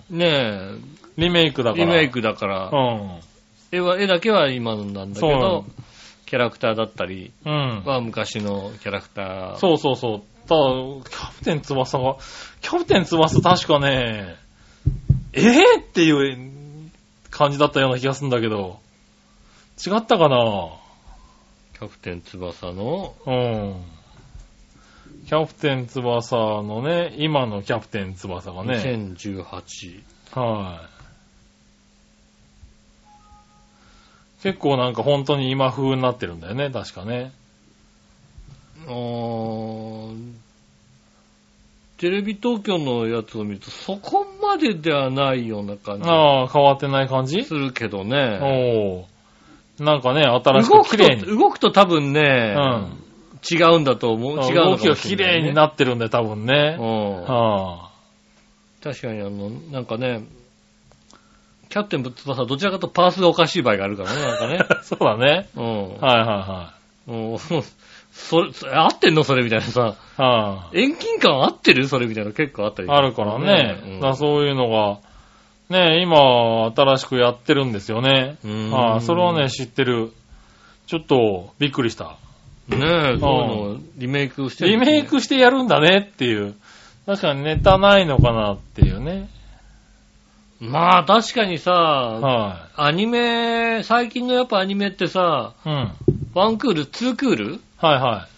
ねえ。 リメイクだから。 リメイクだから。うん。絵は、絵だけは今のなんだけど。キャラクターだったりは昔のキャラクター。 うん、そうそうそう。ただ、キャプテン翼が、キャプテン翼確かね、えぇ、ー、っていう感じだったような気がするんだけど、違ったかなキャプテン翼のうん。キャプテン翼のね、今のキャプテン翼がね。 にせんじゅうはち。 はい。結構なんか本当に今風になってるんだよね、確かね。 あー、テレビ東京のやつを見るとそこまでではないような感じ。 ああ、変わってない感じするけどね。 おー。なんかね、新しく綺麗に。 動くと、動くと多分ね、うん、違うんだと思う。違うのかもしれない、ね。動きが綺麗になってるんだよ、多分ね。うん。はあ、 確かにあの、なんかね、キャプテン翼はどちらかとパースがおかしい場合があるからね、なんかね。 そうだね。うん。はいはいはい。 うん。それ、合ってんのそれみたいなさ。はあ、遠近感合ってるそれみたいな結構あったり、 ね。あるからね。うん、だそういうのが、ね、今、新しくやってるんですよね。うん。はあ、それはね、知ってる。ちょっと、びっくりした。 ねえ、そういうのをリメイクしてる、ね。リメイクしてやるんだねっていう。確かにネタないのかなっていうね。 まあ確かにさ、はい、アニメ、最近のやっぱアニメってさ、うん、ワンクール、ツークールはいはい。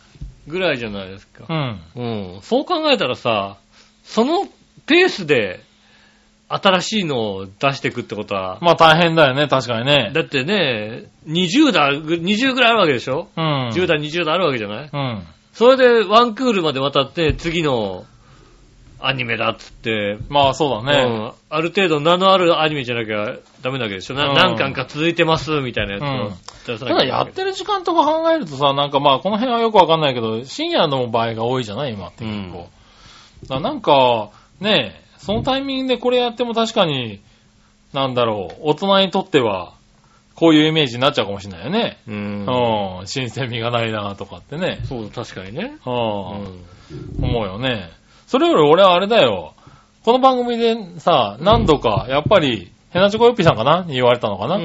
ぐらいじゃないですか。うん。うん。そう考えたらさ、そのペースで新しいのを出していくってことは。 まあ大変だよね、確かにね。 だってね、にじゅうだい、にじゅうぐらいあるわけでしょうん。じゅうだい、にじゅうだいあるわけじゃないうん。それでワンクールまで渡って次のアニメだっつって。 まあそうだね。うん。 ある程度名のあるアニメじゃなきゃダメなわけでしょ、うん、何巻か続いてますみたいなやつを、うん、 出さなきゃ。ただやってる時間とか考えるとさ、なんかまあこの辺はよくわかんないけど、深夜の場合が多いじゃない今って結構。うん、だなんか、ねえ、そのタイミングでこれやっても確かに、なんだろう、大人にとっては、こういうイメージになっちゃうかもしれないよね。うん。うん。新鮮味がないなとかってね。 そう、確かにね。 うん。思うよね。それより俺はあれだよ。この番組でさ、何度か、やっぱり、ヘナチョコヨッピーさんかなに言われたのかな、うん、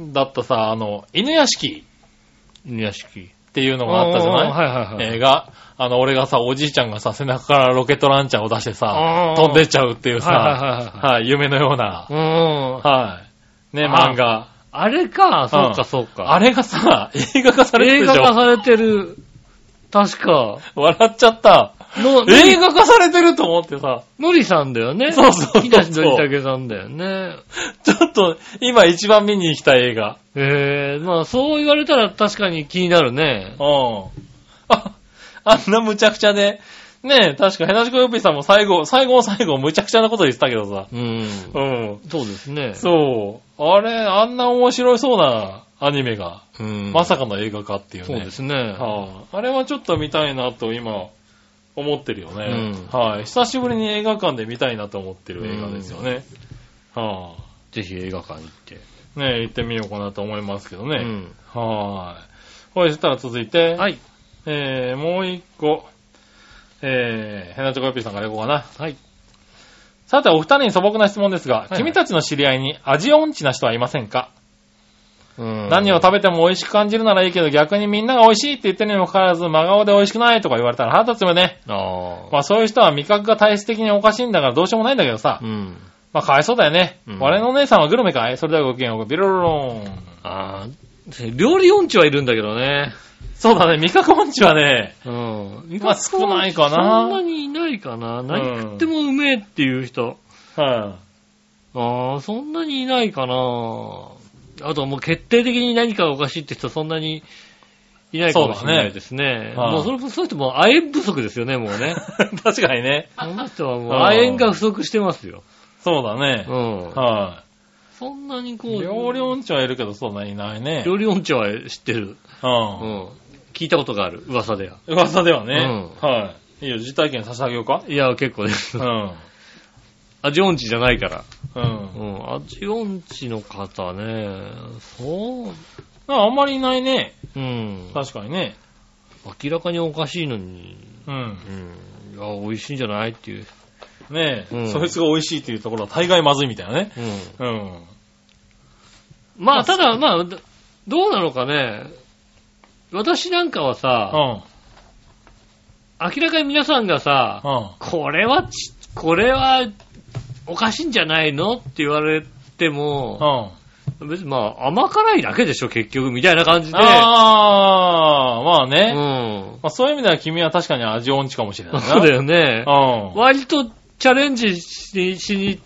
だったさ、あの、犬屋敷。 犬屋敷。 っていうのがあったじゃない、はいはいはい、映画。あの、俺がさ、おじいちゃんがさ、背中からロケットランチャーを出してさ、飛んでっちゃうっていうさ、はい、はいはいはい、夢のような、うん、はい。ね、漫画。 あれか、そうかそうか。 あれがさ、映画化されてるでしょ。 映画化されてる。確か。 笑っちゃった。の映画化されてると思ってさ。 のりさんだよね。 そうそうそう。 木梨のりたけさんだよね。 ちょっと、今一番見に行きたい映画。 へえ、まあそう言われたら確かに気になるね。 うん。あ、あんな無茶苦茶で、 ねえ、確か、ヘナチコヨッピーさんも最後、最後の最後、むちゃくちゃなこと言ってたけどさ。 うん。うん。そうですね。 そう。あれ、あんな面白いそうなアニメが、うん、まさかの映画化っていうね。 そうですね。 はあ、あれはちょっと見たいなと今、思ってるよね。うん、はい。久しぶりに映画館で見たいなと思ってる映画ですよね。うん、はあ、 ぜひ映画館に行って。 ねえ、行ってみようかなと思いますけどね。うん、はい。これしたら続いて、 はい。 えー、もう一個、えー、ヘナチョコヨッピーさんからいこうかな。 はい。 さて、お二人に素朴な質問ですが、はいはい、君たちの知り合いに味音痴な人はいませんか？うん、何を食べても美味しく感じるならいいけど、逆にみんなが美味しいって言ってるにもかかわらず、真顔で美味しくないとか言われたら腹立つよね。あまあそういう人は味覚が体質的におかしいんだからどうしようもないんだけどさ。うん、まあかわいそうだよね。うん、我のお姉さんはグルメかい？それではごきげんよう。ビロロローン。 ああ、料理音痴はいるんだけどね。 そうだね、味覚音痴はね、うん。まあ少ないかな。 そんなにいないかな。何食ってもうめえっていう人。はい、ああ、そんなにいないかな。あともう決定的に何かがおかしいって人そんなにいないかもしれないですね。ね、もうそれそういう人も亜鉛不足ですよね、もうね。 確かにね。 この人はもう亜鉛が不足してますよ。 そうだね。うん。はい、 そんなにこう。 料理音痴はいるけどそんなにいないね。 料理音痴は知ってる。うん。うん。聞いたことがある。噂では。 噂ではね。うん。はい。いいよ、実体験させてあげようか？ いや、結構です。うん。味音痴じゃないから。うん。うん。味音痴の方ね。そう。 あんまりいないね。うん。確かにね。 明らかにおかしいのに。うん。うん。いや、美味しいんじゃないっていう。 ねえ、うん。そいつが美味しいっていうところは大概まずいみたいなね。うん。うん。 まあ、ただ、まあ、どうなのかね。私なんかはさ、うん、明らかに皆さんがさ、うん、これはち、これはおかしいんじゃないのって言われても、うん、別にまあ甘辛いだけでしょ結局みたいな感じで。 ああ、まあね、うんまあ。そういう意味では君は確かに味音痴かもしれないな。 そうだよね。うん、割とチャレンジし、しに行って、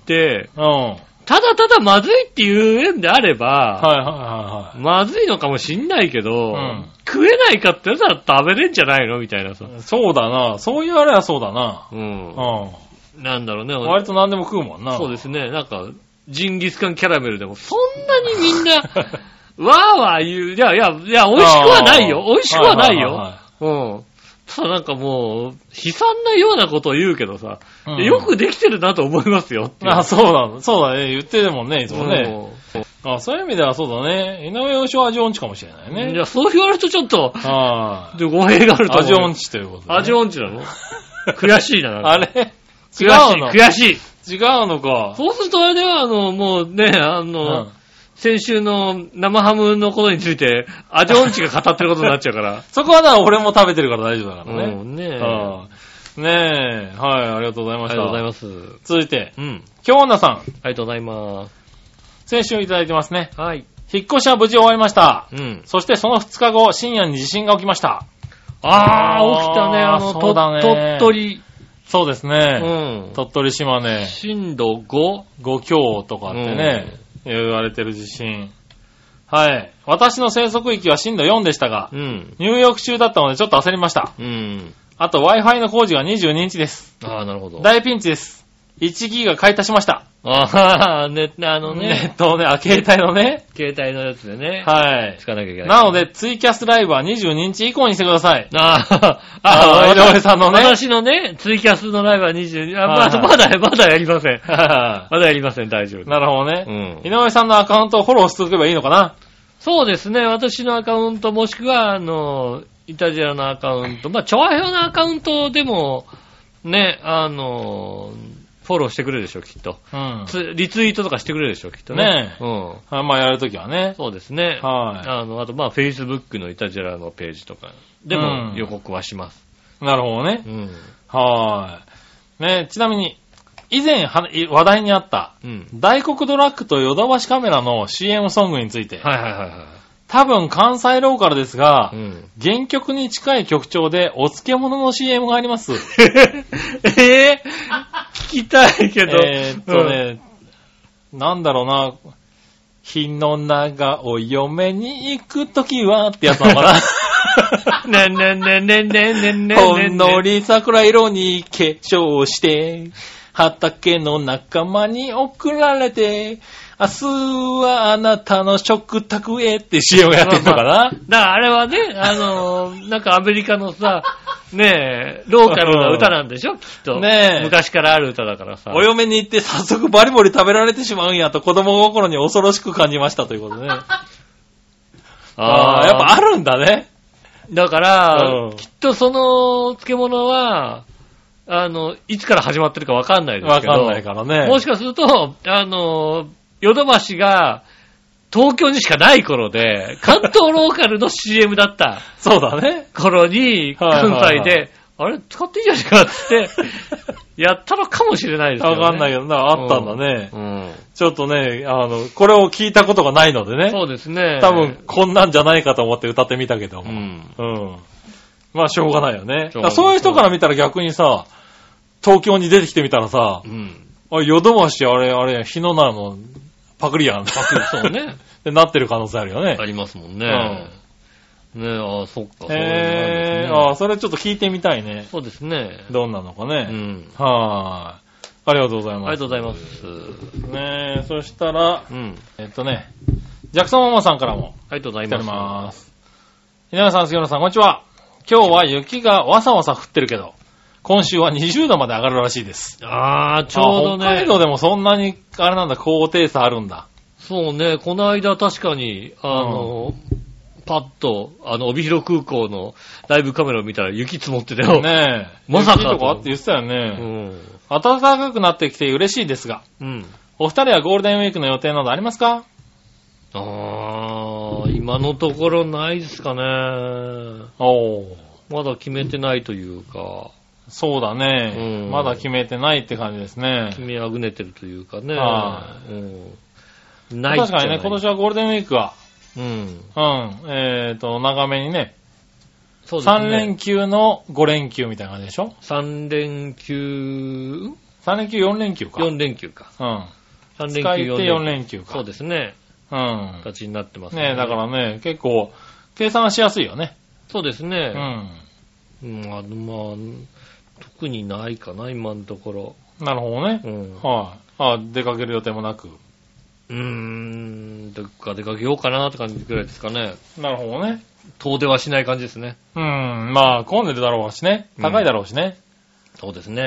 うんただただまずいっていう縁であれば、はいはいはいはい、まずいのかもしんないけど、うん、食えないかって言ったら食べれんじゃないのみたいなさ。 そうだな。そう言われはそうだな。うん。 うん。なんだろうね。 割と何でも食うもんな。 そうですね。なんか、ジンギスカンキャラメルでもそんなにみんな、わーわー言う。いやいや、いや、美味しくはないよ。美味しくはないよ。はいはいはい、うん。ただなんかもう、悲惨なようなことを言うけどさ、うん、よくできてるなと思いますよって。 あ、そうだ、そうだね。言ってるもんね、いつもね。うん、あ、そういう意味ではそうだね。井上義雄は味音痴かもしれないね。 いや、そう言われるとちょっと、あで語弊があると思う。 味音痴ということで、ね。 味音痴なの悔しいな。 あれ違うの悔しい。 違うのか。 そうするとあれでは、あの、もうね、あの、うん先週の生ハムのことについて、味音痴が語ってることになっちゃうから。 そこはだから俺も食べてるから大丈夫だからね。 うん、ねえ。 あねえ。はい、ありがとうございました。ありがとうございます。 続いて、うん。京女さん。ありがとうございます。 先週いただいてますね。 はい。 引っ越しは無事終わりました。うん。そしてそのふつかご、深夜に地震が起きました。 あー、起きたね、あの、そうだね、鳥取。 そうですね。うん。鳥取島根。 震度 ご? ご 強とかってね。うん言われてる地震。はい。私の生息域は震度よんでしたが、うん、入浴中だったのでちょっと焦りました。うん、あと Wi-Fi の工事がにじゅうににちです。 ああ、なるほど。 大ピンチです。いちギガ買い足しました。 ああ、ね、あのね。 ネットをね、あ、携帯のね。 携帯のやつでね。 はい。 使わなきゃいけない。 なので、ツイキャスライブはにじゅうににち以降にしてください。 ああ、ああ、井上さんのね。 私のね、ツイキャスのライブはにじゅうに、あ、まだ、まだ、まだやりません。まだやりません、大丈夫。 なるほどね。うん。井上さんのアカウントをフォローしておけばいいのかな？ そうですね、私のアカウントもしくは、あの、イタジラのアカウント、まあ、チョアヘオのアカウントでも、ね、あの、フォローしてくれるでしょ、きっと。うん。リツイートとかしてくれるでしょ、きっとね。 ねえ。うん。まあ、やるときはね。 そうですね。はい。あの、あと、まあ、Facebook のイタジラのページとかでも予告はします。 うん、なるほどね。うん。はい。ねちなみに、以前話題にあった、うん、大黒ドラッグとヨドバシカメラの シーエム ソングについて。 はいはいはいはい。 多分関西ローカルですが、うん、原曲に近い曲調でお漬物の シーエム があります。 えぇ、ー、聞きたいけど。 えーっとね、うん、なんだろうな、日の長を嫁に行くときはってやつなのかな。 ねんねんねんねんねんねんねん。 ほんのり桜色に化粧して、畑の仲間に送られて、明日はあなたの食卓へって シーエム やってんのかな、まあまあ、 だからあれはね、あのー、なんかアメリカのさ、ねえ、ローカルな歌なんでしょきっと。ねえ。昔からある歌だからさ。 お嫁に行って早速バリバリ食べられてしまうんやと子供心に恐ろしく感じましたということでね。ああ、やっぱあるんだね。 だから、うん、きっとその漬物は、あの、いつから始まってるかわかんないですけど。 わかんないからね。 もしかすると、あの、ヨドバシが東京にしかない頃で、関東ローカルの シーエム だった。 そうだね。 頃に、関西で、あれ使っていいじゃないかって、やったのかもしれないですよね。 わかんないけどな、あったんだね。うんうん、ちょっとね、あの、これを聞いたことがないのでね。 そうですね。 多分、こんなんじゃないかと思って歌ってみたけども。うん。うん。まあ、しょうがないよね。そういう人から見たら逆にさ、東京に出てきてみたらさ、うん、あ、ヨドバシあれ、あれ、日野菜のパクリやん。 パクリ、そうね。 ってなってる可能性あるよね。 ありますもんね。うんねえ、ああ、そっか。そうへえ、ああ、それちょっと聞いてみたいね。 そうですね。 どんなのかね。うん。はーい。ありがとうございます。 ありがとうございます。 ねえ、そしたら、うん。えっとね、ジャクソンママさんからも。 ありがとうございます。 来てます。稲田さん、杉村さん、こんにちは。今日は雪がわさわさ降ってるけど、今週はにじゅうどまで上がるらしいです。 ああ、ちょうどね。 北海道でもそんなに、あれなんだ、高低差あるんだ。 そうね、この間確かに、あの、うんパッと、あの、帯広空港のライブカメラを見たら雪積もってたよ。 ねえ。まさか。雪とかあって言ってたよね。うん。暖かくなってきて嬉しいですが。うん。お二人はゴールデンウィークの予定などありますか？ あー、今のところないですかね。 おー。 まだ決めてないというか。 そうだね。うん。まだ決めてないって感じですね。 決めあぐねてるというかね。 はい。うん。ない確かにね、今年はゴールデンウィークは、うん。うん。えっと、長めにね。そうですね。さん連休のご連休みたいな感じでしょ ? さん 連休 ? さん 連休よん連休か。 よん連休か。 うん。さん連休よん連休。使いてよん連休か。 そうですね。 うん。 形になってますね。 ねえ、だからね、結構、計算しやすいよね。 そうですね。うん。まあ、まあ、特にないかな、今のところ。 なるほどね。うん。はい、あ。あ、出かける予定もなく。 うーん、どっか出かけようかなって感じぐらいですかね。 なるほどね。 遠出はしない感じですね。 うん、まあ混んでるだろうしね。高いだろうしね。 うん、そうですね。うん。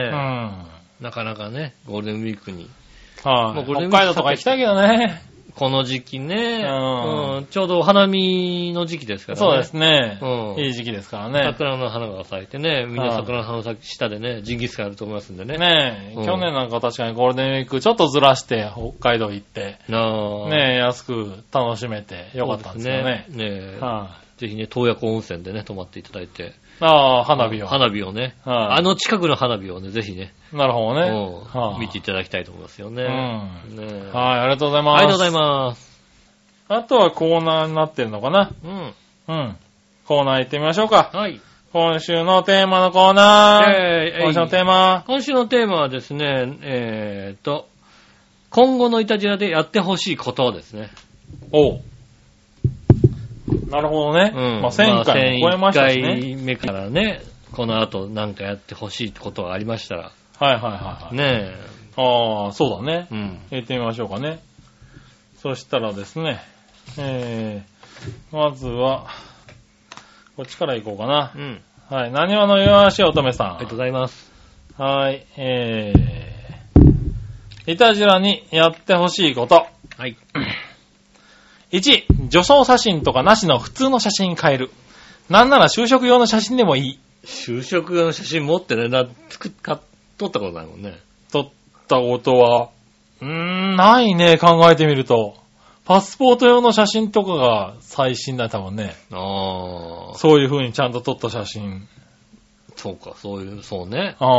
なかなかね、ゴールデンウィークに。 はい、あ、北海道とか行きたいけどね。 この時期ね、うんうん、ちょうどお花見の時期ですからね。 そうですね。うん、いい時期ですからね。 桜の花が咲いてね、みんな桜の花の下でね、ジンギスカンあると思いますんでね。 ねえ、うん、去年なんか確かにゴールデンウィークちょっとずらして北海道行って、ねえ、安く楽しめてよかったんですよね。 ねえ、はあ、ぜひね、洞爺湖温泉でね、泊まっていただいて。 ああ、花火を。 花火をね、はあ。あの近くの花火をね、ぜひね。 なるほどね。 はあ、見ていただきたいと思いますよね。 うん、ねはい、ありがとうございます。 ありがとうございます。 あとはコーナーになってるのかな。うん。うん。コーナー行ってみましょうか。 はい。 今週のテーマのコーナー。えー、今週のテーマ。 今週のテーマはですね、えーと、今後のイタジラでやってほしいことですね。 おう。なるほどね。うん。まあ、せんかいも超えましたしね。せんいっかいめからね、この後なんかやってほしいことがありましたら。 はいはいはい。 ねえ。 ああ、そうだね。うん。言ってみましょうかね。そしたらですね、えー、まずは、こっちから行こうかな。うん。はい。なにわの岩橋乙女さん。 ありがとうございます。 はい。えー、いたじらにやってほしいこと。 はい。 いち、女装写真とかなしの普通の写真変える。なんなら就職用の写真でもいい。 就職用の写真持ってね、な、作っ、か、撮ったことないもんね。 撮ったことは、うーん、ないね、考えてみると。パスポート用の写真とかが最新だ、多分ね。 ああ。 そういう風にちゃんと撮った写真。 そうか、そういう、そうね。 うん。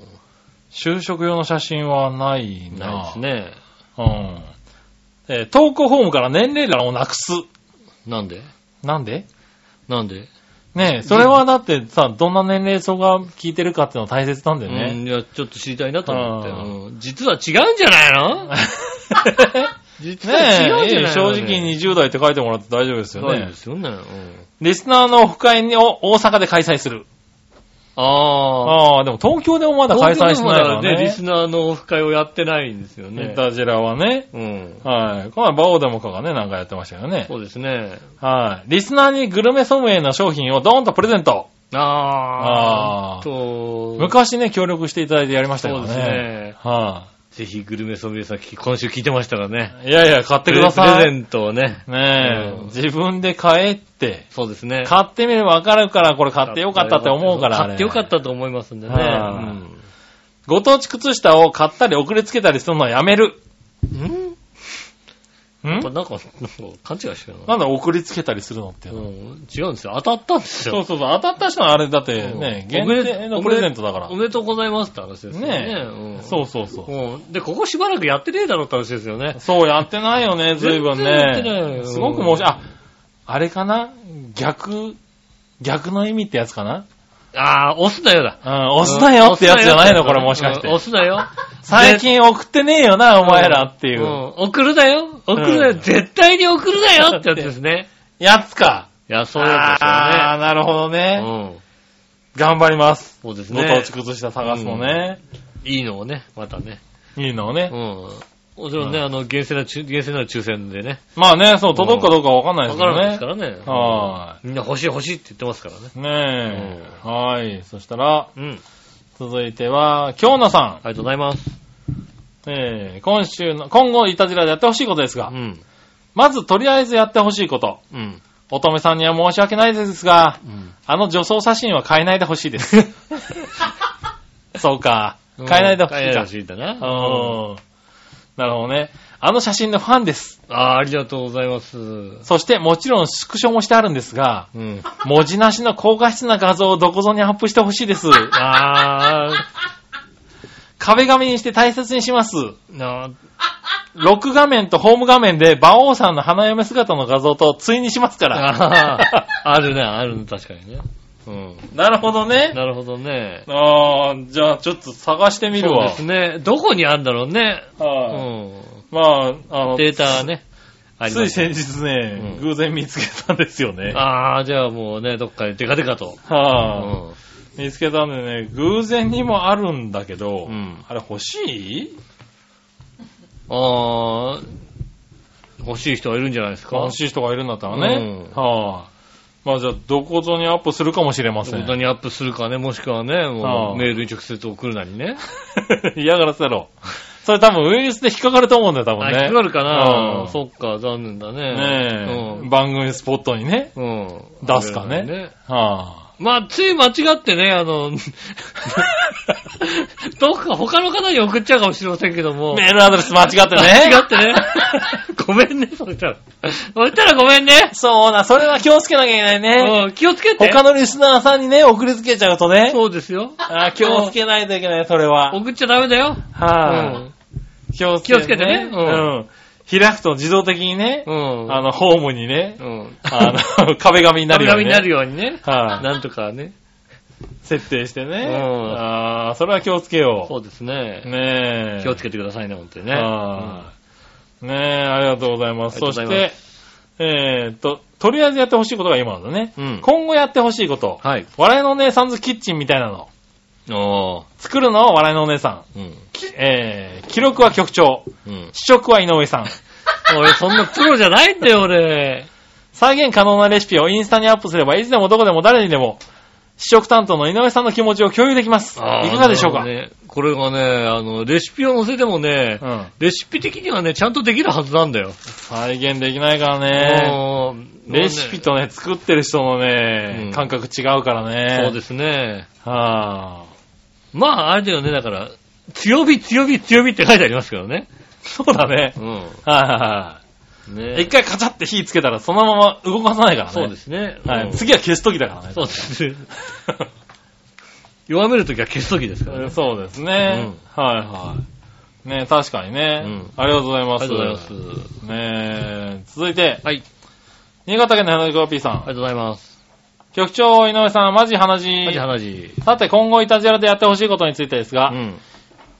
就職用の写真はないな。 ないですね。 うん。えー、投稿フォームから年齢欄をなくす。 なんでなんでなんでねえ、それはだってさ、どんな年齢層が聞いてるかっていうのは大切なんだよね。 うん、いや、ちょっと知りたいなと思って。うん、実は違うんじゃないの実は違うじゃない、 ねえ、正直にじゅう代って書いてもらって大丈夫ですよね。 そうですよね。うん、 リスナーのオフ会を大阪で開催する。ああ。ああ、でも東京でもまだ開催してないからね。 ね、リスナーのオフ会をやってないんですよね。 イタジラはね。うん。はい。この前バオデモカがね、なんかやってましたよね。 そうですね。 はい。リスナーにグルメソムリエの商品をドーンとプレゼント。 ああ。 と、昔ね、協力していただいてやりましたからね。そうですね。 はい。ぜひグルメソムリエさん、今週聞いてましたからね。 いやいや、買ってください。 プレゼントをね。 ねえ、うん、自分で買えって。 そうですね。 買ってみればわかるから、これ買ってよかったって思うから。 買ってよかったと思いますんでね。うん、 ご当地靴下を買ったり送りつけたりするのはやめる。んんなんか、なんか勘違いしてるな。 なんだ送りつけたりするのっていうの、 うん、違うんですよ。当たったんですよ。 そうそうそう。当たった人はあれだってね、うん、限定のプレゼントだから。 おめでとうございますって話ですよね。ね、 うん、そうそうそう、 うん。で、ここしばらくやってねえだろって話ですよね。 そう、やってないよね、随分ね。やってないよ。すごく申し、あ、あれかな逆、逆の意味ってやつかなああ、押すなよだ。 うん、押すなよってやつじゃないのこれもしかして。 押すなよ。 最近送ってねえよな、お前らっていう。うん、 送るなよ。送るなよ。絶対に送るなよってやつですね。 やつか。 いや、そういうやつですよね。ああ、なるほどね。うん。頑張ります。 そうですね。 ご当地靴下探すのね、 うん。いいのをね、またね。 いいのをね。 うん。もちろんね、うん、あの、厳正な、厳正な抽選でね。 まあね、そう、届くかどうかわかんないですからね。 わからないですからね。はい。みんな欲しい欲しいって言ってますからね。 ねえ。うん、はい。そしたら、 うん。 続いては、京奈さん。ありがとうございます。 えー、今週の、今後、イタジラでやってほしいことですが、うん。まず、とりあえずやってほしいこと。うん。乙女さんには申し訳ないですが、うん、あの女装写真は変えないでほしいです。そうか。変えないでほしいか。変えないでほしいんだな。うん。なるほどね。あの写真のファンです。 ああ、ありがとうございます。 そして、もちろんスクショもしてあるんですが、うん、文字なしの高画質な画像をどこぞにアップしてほしいです。ああ。壁紙にして大切にします。なロック画面とホーム画面で馬王さんの花嫁姿の画像と対にしますから。 あ, あるね、あるね、確かにね。 うん、なるほどね。 なるほどね。 ああ、じゃあちょっと探してみるわ。 そうですね。どこにあるんだろうね。 はい、うん。まあ、あの、 データね。 つい先日ね、うん、偶然見つけたんですよね。 ああ、じゃあもうね、どっかでデカデカと。 はあ、うん、見つけたんでね、偶然にもあるんだけど、うん、あれ欲しい？ ああ、欲しい人がいるんじゃないですか。 欲しい人がいるんだったらね。うん、はあ。まあじゃあ、どこぞにアップするかもしれません。 どこぞにアップするかね、もしくはね、もうメールに直接送るなりね。 嫌がらせろ。それ多分ウイルスで引っかかると思うんだよ、多分ね。 引っかかるかな、うん、そっか、残念だね。 ねえ、うん、番組スポットにね、うん、出すかね。ねはあ、 まあ、つい間違ってね、あの、どっか他の方に送っちゃうかもしれませんけども。 メールアドレス間違ってね。 間違ってね。ごめんね、そしたら。そしたらごめんね。 そうだ、それは気をつけなきゃいけないね。 うん、気をつけて。 他のリスナーさんにね、送りつけちゃうとね。 そうですよ。 あ、気をつけないといけない、それは。 送っちゃダメだよ。 はい、あうん、気をつけてね。気をつけてね。うん。うん、開くと自動的にね、うん、あの、ホームにね、うん、あの、壁紙になるようにね。 壁紙になるようにね。はい、なんとかね。 設定してね。うん、ああ、それは気をつけよう。 そうですね。 ねえ。 気をつけてくださいね、本当にね。 あうん、ねえ、ありがとうございます。そして、えー、っと、とりあえずやってほしいことが今なんだね。うん、今後やってほしいこと。はい。笑いのお姉さんズキッチンみたいなの。お作るのは笑いのお姉さん。うん、えー、記録は局長。うん、試食は井上さん。 俺、そんなプロじゃないんだよ、俺。 再現可能なレシピをインスタにアップすれば、いつでもどこでも誰にでも、試食担当の井上さんの気持ちを共有できます。いかがでしょうか、 ね、これがね、あの、レシピを載せてもね、うん、レシピ的にはね、ちゃんとできるはずなんだよ。 再現できないからね。レシピとね、作ってる人のね、うん、感覚違うからね。 そうですね。 はあ、 まあ、あれだよね、だから、強火、強火、強火って書いてありますけどね。 そうだね。うん。はいはいはい。ね、一回カチャって火つけたらそのまま動かさないからね。 そうですね。 はい。次は消すときだからね。 そうですね。弱めるときは消すときですからね。 そうですね。うん、はいはい。ね確かにね、うん。ありがとうございます。 ありがとうございます。 ね続いて。 はい。 新潟県の花子 P さん。ありがとうございます。 局長井上さん、マジ鼻血。 マジ鼻血。 さて今後イタジラでやってほしいことについてですが、うん、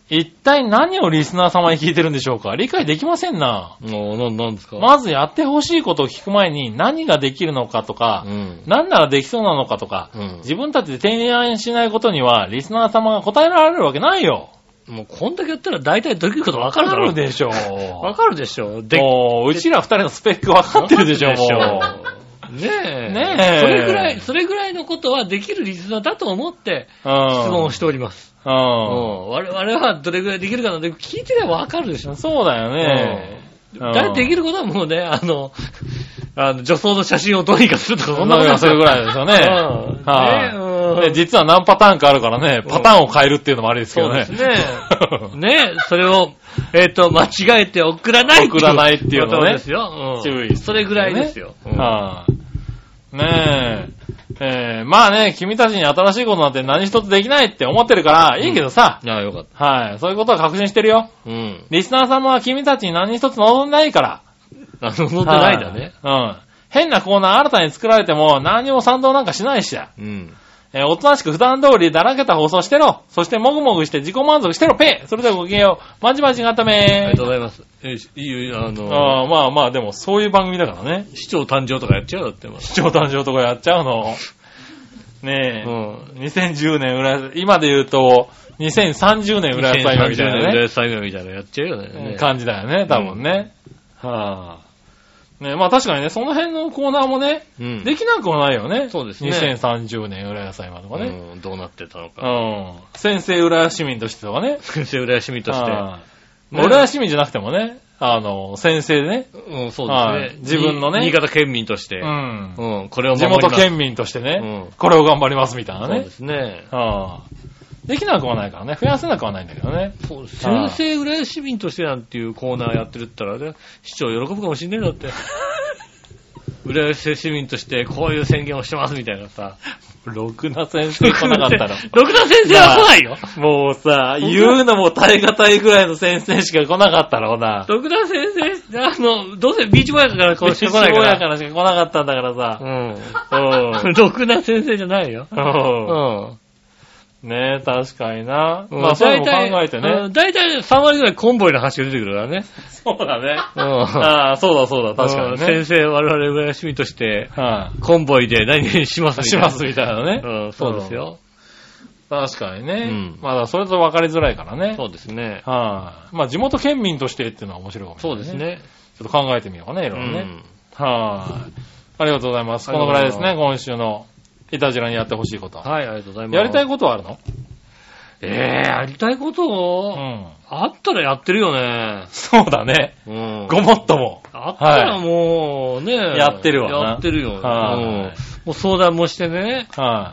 一体何をリスナー様に聞いてるんでしょうか？理解できませんな。 おー、な、なんですか？ まずやってほしいことを聞く前に何ができるのかとか、うん、何ならできそうなのかとか、うん、自分たちで提案しないことにはリスナー様が答えられるわけないよ。 もうこんだけやったら大体できることわかるだろう。 わかるでしょう。わかるでしょう。 で、もう、うちら二人のスペックわかってるでしょう、もう。ねえ。 ねえ。 それぐらい、それぐらいのことはできるリスナーだと思って、質問をしております。うん。我々はどれぐらいできるかなんて聞いてればわかるでしょ。 そうだよね。 だいたいできることはもうね、あの、あの、女装の写真をどうにかするとか、そんなことするぐらいですよね。うん。はい、ね、うん。実は何パターンかあるからね、パターンを変えるっていうのもありですけどね。 そうですね。ね、それを、えっと、間違えて送らないっていう。 送らないっていうのね。 ですよ。うん。 注意。 それぐらいですよ。 うん、はぁ、あ。ねえ。えー、まあね、君たちに新しいことなんて何一つできないって思ってるから、いいけどさ。 うん、いや、よかった。 はい。そういうことは確信してるよ。うん。リスナー様は君たちに何一つ望んでないから。 望んでないんだね。 うん。変なコーナー新たに作られても何も賛同なんかしないしや。うん。えー、おとなしく普段通りだらけた放送してろ。そしてもぐもぐして自己満足してろ、ペイ。それではごきげんよう。まじまじがっためー。 ありがとうございます。えー、いいよ、あのー、 ああ、まあまあ、でもそういう番組だからね。 市長誕生とかやっちゃうだって。 市長誕生とかやっちゃうの。ねえ、うん、にせんじゅうねん裏、今で言うと、にせんさんじゅうねん浦安祭みたいなね。 浦安祭みたいなやっちゃうよね。 感じだよね、多分ね。うん、はぁ、あ。ねえ、まあ確かにね、その辺のコーナーもね、うん、できなくはないよね。 そうですね。 にせんさんじゅうねん浦安祭まとかね、 うん。どうなってたのか。 うん。先生浦安市民としてとかね。 先生浦安市民として。 浦安市民じゃなくてもね、あの、先生でね。 うん、そうですね。 自分のね。 新潟県民として。 うん。 うん、これを守ります。地元県民としてね。うん。これを頑張りますみたいなね。 そうですね。 はあ。できなくはないからね。増やせなくはないんだけどね。 そうです。先生浦安市民としてなんていうコーナーやってるったらね、市長喜ぶかもしんねえんだって。浦安市民としてこういう宣言をしてますみたいなさ。 ろくな先生来なかったら。 ろくな先生は来ないよ。 もうさ、言うのも耐え難いぐらいの先生しか来なかったろうな。 ろくな先生、あの、どうせビーチボヤからこうしか来ないから。ビーチボヤからしか来なかったんだからさ。 うん。ろくな先生じゃないよ。うん。 ねえ、確かにな。うん、まあ、そういうのも考えてね。 だいたいさん割ぐらいコンボイの話が出てくるからね。 そうだね。うん。ああ、そうだそうだ、確かにね。 先生、我々浦安市民として、はあ、コンボイで何々しますみたいな。 しますみたいなね。 うん、そうですよ。 確かにね。うん。まだそれと分かりづらいからね。 そうですね。 はあ。まあ、地元県民としてっていうのは面白いかもしれない、ね。そうですね。ちょっと考えてみようかね、いろいろね。うん、はあ。ありがとうございます。このぐらいですね、今週の。いたじらにやってほしいこと。 はい、ありがとうございます。 やりたいことはあるの？ ええー、やりたいことを、うん、あったらやってるよね。 そうだね。うん。ごもっとも。 あったらもうね、はい、 やってるわな。 やってるよ。 はい、 うん。もう相談もしてね。はい、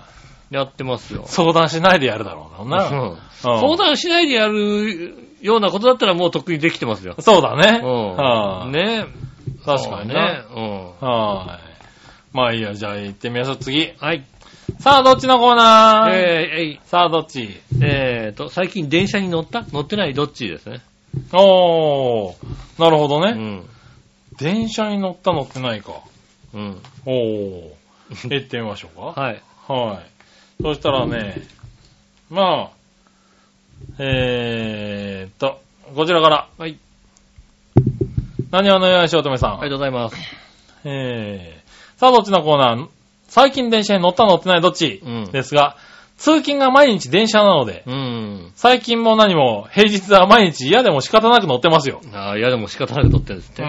やってますよ。 相談しないでやるだろうな。うん。うん、 相談しないでやるようなことだったらもうとっくにできてますよ。 そうだね。 うん。はね。 確かにね。 うん。 はい。まあいいや、じゃあ行ってみましょう、次。 はい。 さあ、どっちのコーナー？ えー、えい。 さあ、どっち？ えーと、最近電車に乗った乗ってないどっちですね。 おー、なるほどね。うん。電車に乗った乗ってないか。うん。おー。行ってみましょうか。 はい。 はい。そしたらね、まあ、えーと、こちらから。 はい。 何話のよやしおとめさん。 ありがとうございます。 えー、さあ、どっちのコーナー？最近電車に乗った乗ってないどっち、うん、ですが、通勤が毎日電車なので、うん、最近も何も平日は毎日嫌でも仕方なく乗ってますよ。 ああ、嫌でも仕方なく乗ってるんですって。 うん。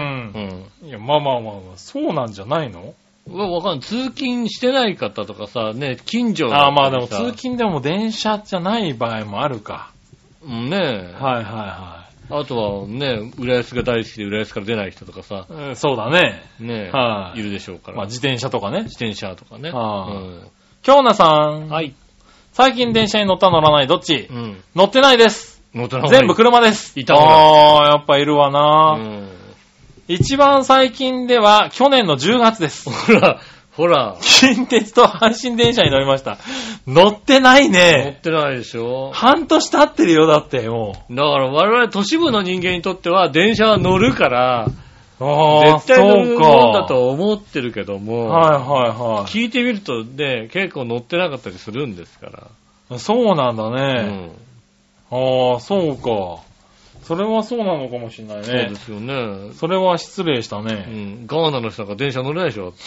うん、いや、まあまあまあ、そうなんじゃないの？ わかんない。通勤してない方とかさ、ね、近所ああ、まあでも通勤でも電車じゃない場合もあるか。 うんねえ。 はいはいはい。 あとはね、浦安が大好きで浦安から出ない人とかさ。 うん、そうだね。 ねえ、はい、いるでしょうから。 まあ自転車とかね。 自転車とかね。 はあ、うん。京奈さん。 はい。 最近電車に乗った乗らないどっち？うん。乗ってないです。 乗ってない。 全部車です。 いたああ、やっぱいるわな。うん。一番最近では去年のじゅうがつです。 ほら。ほら。 近鉄と阪神電車に乗りました。乗ってないね。 乗ってないでしょ。 半年経ってるよ、だってもう。だから我々都市部の人間にとっては電車は乗るから、 あ絶対乗るもんだと思ってるけども、 はいはいはい。 聞いてみるとね、結構乗ってなかったりするんですから。 そうなんだね。 ああ、そうか。それはそうなのかもしれないね。そうですよね。 それは失礼したね。 うん。ガーナの人なんか電車乗れないでしょって。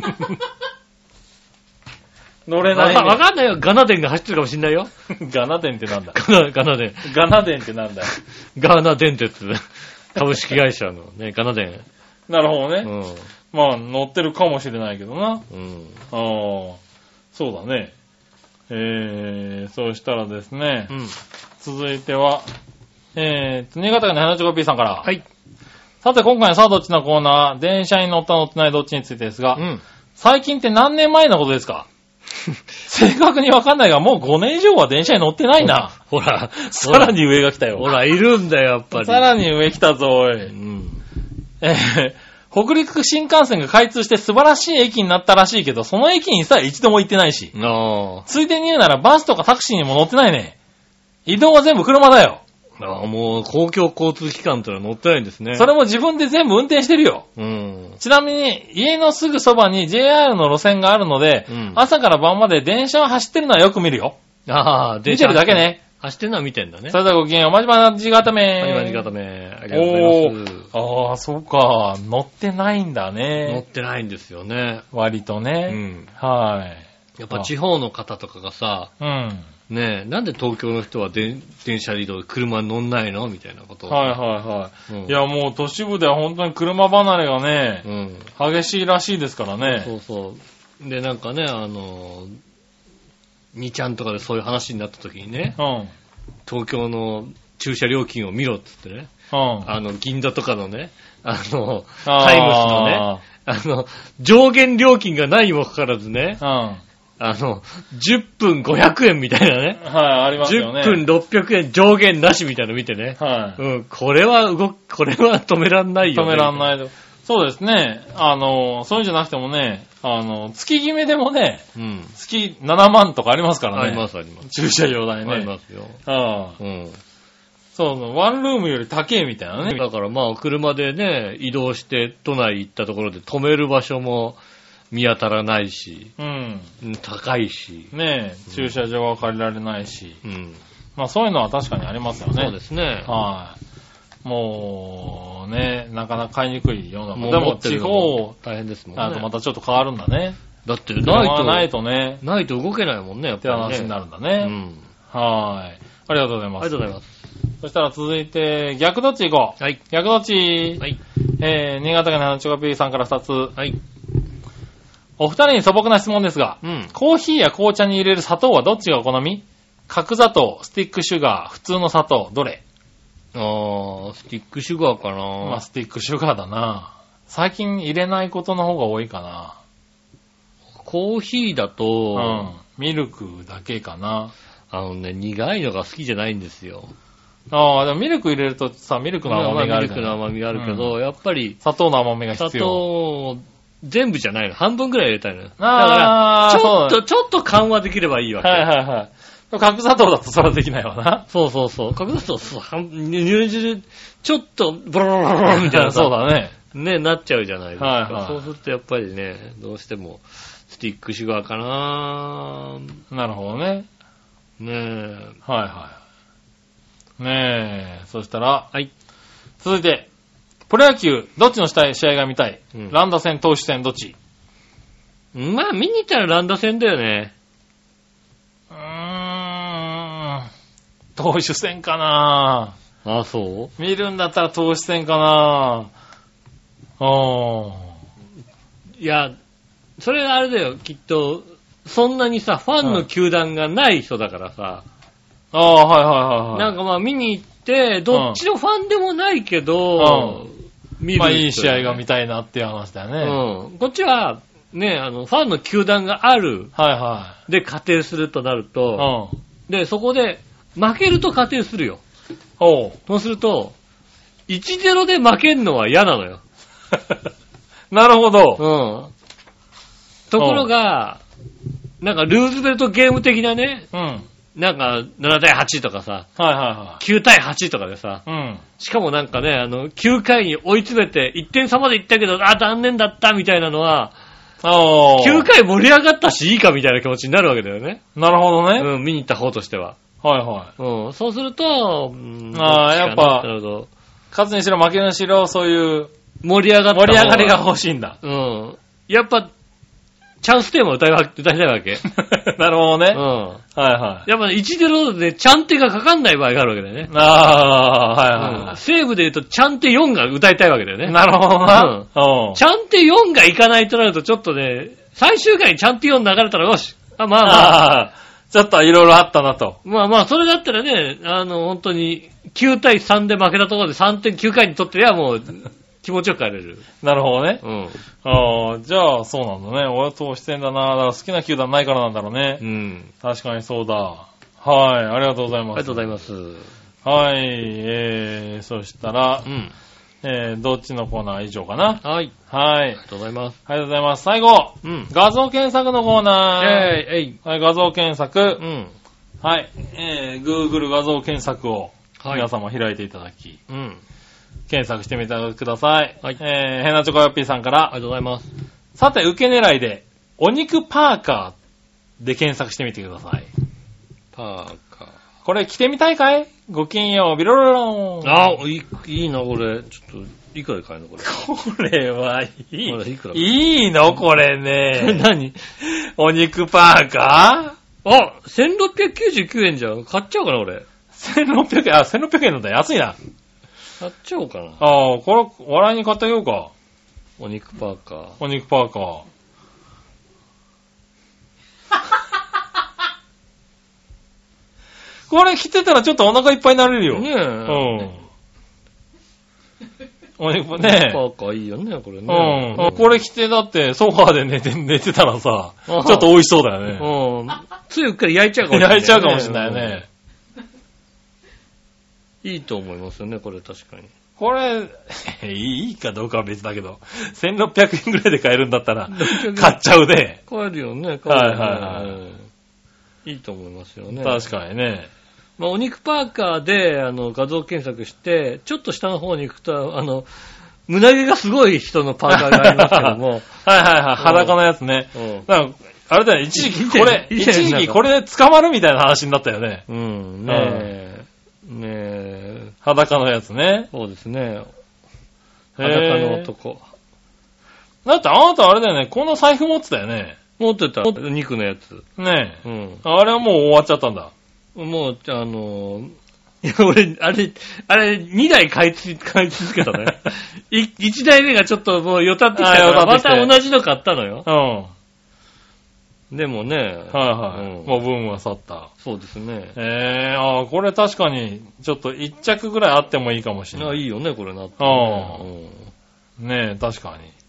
乗れない、 ね。わかんないよ。ガナ電が走ってるかもしんないよ。 ガナ電ってなんだガナ、ガナ電。 ガナ電ってなんだよ。 ガーナ電鉄。株式会社のね、ガナ電。 なるほどね。うん。まあ、乗ってるかもしれないけどな。 うん。 ああ、そうだね。えー、そうしたらですね。うん。続いては、えーと、新潟県の花ちこ P さんから。 はい。 さて、今回のさあどっちのコーナー、電車に乗った乗ってないどっちについてですが、うん。最近って何年前のことですか？正確にわかんないが、もうごねん以上は電車に乗ってないな。 ほら、 さらに上が来たよ。 ほら、いるんだよ、やっぱり。 さらに上来たぞ、おい。うん。えー、北陸新幹線が開通して素晴らしい駅になったらしいけど、その駅にさえ一度も行ってないし。 あついでに言うならバスとかタクシーにも乗ってないね。移動は全部車だよ。 ああ、もう公共交通機関ってのは乗ってないんですね。 それも自分で全部運転してるよ。 うん。 ちなみに、家のすぐそばに ジェイアール の路線があるので、うん、朝から晩まで電車を走ってるのはよく見るよ。 ああ、 電車見てるだけね。 走ってるのは見てんだね。 それではごきげんよう、まじまじがため。 まじまじがため。ありがとうございます。 ああ、そうか。乗ってないんだね。 乗ってないんですよね。 割とね。 うん。 はい。 やっぱ地方の方とかがさ、 うん。 ねえ、なんで東京の人は電車移動で車に乗んないのみたいなことを。 はいはいはい。うん、いやもう都市部では本当に車離れがね、うん、激しいらしいですからね。 そうそう。で、なんかね、あの、にちゃんとかでそういう話になった時にね、うん、東京の駐車料金を見ろって言ってね、うん、あの、銀座とかのね、あの、タイムスのね、あの、上限料金がないにもかかわらずね、うんあの、じゅっぷんごひゃくえんみたいなね。 はい、ありますよね。 じゅっぷんろっぴゃくえん上限なしみたいなの見てね。 はい。 うん、これは動く、これは止めらんないよね。止めらんない。そうですね。あの、そういうんじゃなくてもね、あの、月決めでもね、うん、月ななまんとかありますからね。 ありますあります。 駐車場代ね。 ありますよ。 ああ。うん。そう、ワンルームより高いみたいなね。 だからまあ、車でね、移動して都内行ったところで止める場所も、見当たらないし、うん、高いし、 ねえ、駐車場は借りられないし、うん、まあそういうのは確かにありますよね。 そうですね。 はい。もうね、なかなか買いにくいようなものでも地方大変ですもんね。 あとまたちょっと変わるんだね。 だってないとないとね、 ないと動けないもんね、やっぱりね。 って話になるんだね。うん、はい。ありがとうございます。 ありがとうございます。 そしたら続いて逆どっち行こう。 はい。 逆どっち。 はい。 えー、新潟県の花ちょこ P さんからふたつ。 はい。 お二人に素朴な質問ですが、 うん、 コーヒーや紅茶に入れる砂糖はどっちがお好み？角砂糖、スティックシュガー、普通の砂糖、どれ？ あー、スティックシュガーかな。 まあ、スティックシュガーだな。最近入れないことの方が多いかな。 コーヒーだと、 うん、ミルクだけかな。 あのね、苦いのが好きじゃないんですよ。 ああ、でもミルク入れるとさ、ミルクの甘みがある。 ミルクの甘みがあるけど、うん、やっぱり、 砂糖の甘みが必要。 砂糖、全部じゃないの。半分くらい入れたいの。だから、 ちょっと、ちょっと緩和できればいいわけ。 はいはいはい。角砂糖だとそれはできないわな。 そうそうそう。角砂糖、入汁、ちょっと、ブロロロロみたいな。 そうだね。 ね、なっちゃうじゃないですか。 はいはい、 そうするとやっぱりね、どうしても、スティックシュガーかな。 なるほどね。 ねえ。 はいはい。ねえ、そしたら、 はい。 続いて、プロ野球、どっちの試合が見たい、うん、ランダ戦、投手戦、どっち？ まあ、見に行ったらランダ戦だよね。 うーん。投手戦かな。 ああ、そう見るんだったら投手戦かな。ああ。 いや、それあれだよ、きっと、そんなにさ、ファンの球団がない人だからさ。はい、 ああ、はいはいはいはい。 なんかまあ見に行って、どっちのファンでもないけど、 うん見る、ね。まあいい試合が見たいなっていう話だよね。 うん。こっちは、ね、あの、ファンの球団がある。 はいはい。 で、仮定するとなると、うん。で、そこで、負けると仮定するよ。 おう。 そうすると、いちたいゼロ で負けるのは嫌なのよ。 なるほど。 うん。ところが、なんかルーズベルトゲーム的なね、 うん。 なんかななたいはちとかさ、 はいはいはい。 きゅうたいはちとかでさ、 うん。 しかもなんかね、あの、きゅうかいに追い詰めて、いってん差まで行ったけど、あ、残念だったみたいなのは、 あきゅうかい盛り上がったしいいかみたいな気持ちになるわけだよね。 なるほどね。 うん、見に行った方としては。 はいはい。 うん。そうすると、うん、 ああ、やっぱ、勝つにしろ負けにしろ、そういう盛り上がった盛り上がりが欲しいんだ。 うん。やっぱ、チャンステーマ歌い歌いたいわけ。 なるほどね。 うん。はいはい。 やっぱいちたいゼロでチャンテがかかんない場合があるわけだよね。 ああ、はいはい、はい、 うん。西部で言うとチャンテよんが歌いたいわけだよね。 なるほどな。 うん。チャンテよんがいかないとなるとちょっとね、最終回にチャンテよん流れたらよし。あ、まあまあ。 あちょっといろいろあったなと。 まあまあ、それだったらね、あの、本当にきゅうたいさんで負けたところでさんてんきゅうかいに取ってりゃもう、気持ちよく帰れる。 なるほどね。 うん。 ああ、じゃあそうなんだね。俺投資してんだな。だから好きな球団ないからなんだろうね。 うん。 確かにそうだ。はい、ありがとうございます。 ありがとうございます。 はい、えー、そしたら、 うん。 えー、どっちのコーナー以上かな。 はい。 はい。ありがとうございます。 ありがとうございます。最後。 うん。 画像検索のコーナー。 えー、えい。 はい、画像検索。 うん。 はい。えー、Google 画像検索を、皆様開いていただき。 うん。 検索してみてください。 はい。 えー、ヘナチョコヨッピーさんから。 ありがとうございます。 さて、受け狙いで、お肉パーカーで検索してみてください。 パーカー。 これ着てみたいかい？ごきげんよう、ビロロロン。 あ、いい、いいな、これ。ちょっと、いくらで買えるのこれ。 これはいい。 これいくらいいのこれね。 何？ お肉パーカー？あ、せんろっぴゃくきゅうじゅうきゅうえんじゃん。買っちゃおうかな、俺。 せんろっぴゃくえん、あ、せんろっぴゃくえんなんだ。安いな。 買っちゃおうかな。 ああ、これ、笑いに買ってあげようか。 お肉パーカー。 お肉パーカー。これ着てたらちょっとお腹いっぱいになれるよ。 ねえ。 うん。お肉ね。 パーカーいいよね、これね。 うん。これ着てだってソファーで寝て、寝てたらさ、ちょっと美味しそうだよね。 うん。ついうっかり焼いちゃうかもしれない、ね。 焼いちゃうかもしれないよね。 いいと思いますよね、これ確かに。これ、いいかどうかは別だけど、せんろっぴゃくえんぐらいで買えるんだったら、買っちゃうね。 買えるよね、 買える。はいはいはい。 いいと思いますよね。 確かにね。 まあ、お肉パーカーで、あの、画像検索して、ちょっと下の方に行くと、あの、胸毛がすごい人のパーカーがありますけども。 はいはいはい、裸のやつね。うん。なんかあれだよ、一時期これ、一時期これで捕まるみたいな話になったよね。 うん、ねえ。ねえ。 裸のやつね。 そうですね。裸の男。 だってあなたあれだよね、この財布持ってたよね。 持ってた。肉のやつ。 ねえ。 うん。 あれはもう終わっちゃったんだ。 もう、あのー、いや、俺、あれ、あれ、にだい買いつ、買い続けたのよ。い、いちだいめがちょっともうよたってきたから、また同じの買ったのよ。うん。でもね。はいはい。うん、もうブームは去った。 そうですね。 えー、ああ、これ確かに、ちょっと一着ぐらいあってもいいかもしれない。 あいいよね、これなって、 ね。うん。ねえ、確かに。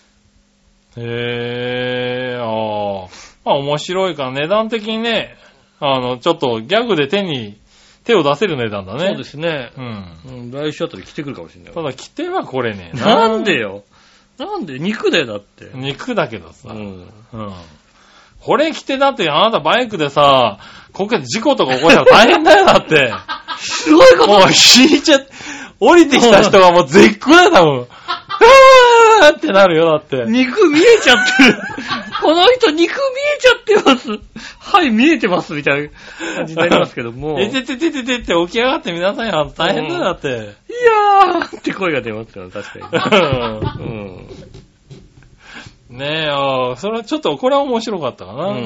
へえー、ああ。まあ面白いから、値段的にね、あの、ちょっとギャグで手に、手を出せる値段だね。 そうですね。 うん。 うん、来週あたり着てくるかもしれない。 ただ着てはこれね。 なんでよ。なんで肉だよ、だって。 肉だけどさ。 うん。 うん。これ着てだって、あなたバイクでさ、こけ事故とか起こしたら大変だよ、だって。 すごいこともう引いちゃ、降りてきた人がもう絶句だよ、多分。あーってなるよ、だって。 肉見えちゃってる。この人肉見えちゃってます。はい、見えてます、みたいな感じになりますけども。 えてててててって起き上がって皆さんや、大変だよ、だって。いやーって声が出ますよ、確かに。うんねえ、ああ、それはちょっと、これは面白かったかな。 うん。 うん。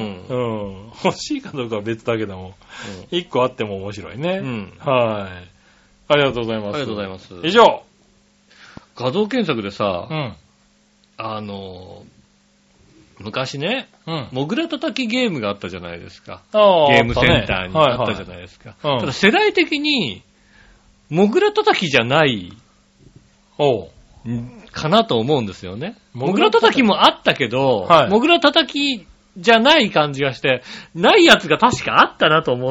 欲しいかどうかは別だけども、一、うん、個あっても面白いね。 うん。 はい。ありがとうございます。 ありがとうございます。 以上。 画像検索でさ、 うん。 あの、昔ね、 うん。 モグラ叩きゲームがあったじゃないですか。 ああ、 ゲームセンターにあったじゃないですか。 はいはい、 ただ世代的に、モグラ叩きじゃない、 おう。 かなと思うんですよね。モグラ叩きもあったけど、 はい、 モグラ叩きじゃない感じがして、ないやつが確かあったなと思って、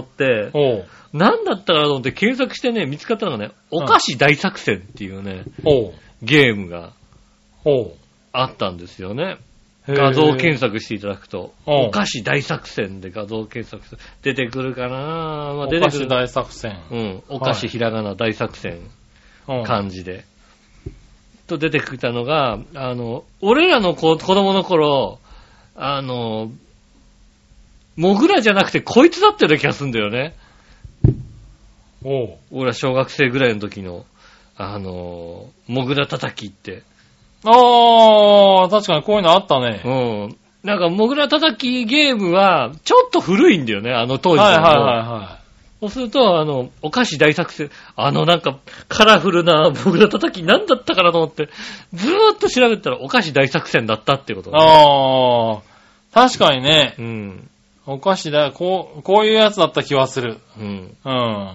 おうなんだったかなと思って検索してね、見つかったのがね、お菓子大作戦っていうね、 おうゲームがおうあったんですよね。画像検索していただくと、 おお菓子大作戦で画像検索出てくるかな、まあ、出てくる。お菓子大作戦。 うん。お菓子ひらがな大作戦、はい、漢字で。と出てきたのが、あの、俺らの子、子供の頃、あの、モグラじゃなくてこいつだったような気がするんだよね。 お俺は小学生ぐらいの時の、あのー、モグラ叩きって。 ああ、確かにこういうのあったね。 うん。なんか、モグラ叩きゲームは、ちょっと古いんだよね、あの当時の。はいはいはいはい。そうすると、あの、お菓子大作戦、あのなんか、カラフルなモグラ叩き何だったかなと思って、ずーっと調べたらお菓子大作戦だったってことだね。 ああ、確かにね。 うん。 お菓子だ、こう、こういうやつだった気はする。 うん。 うん。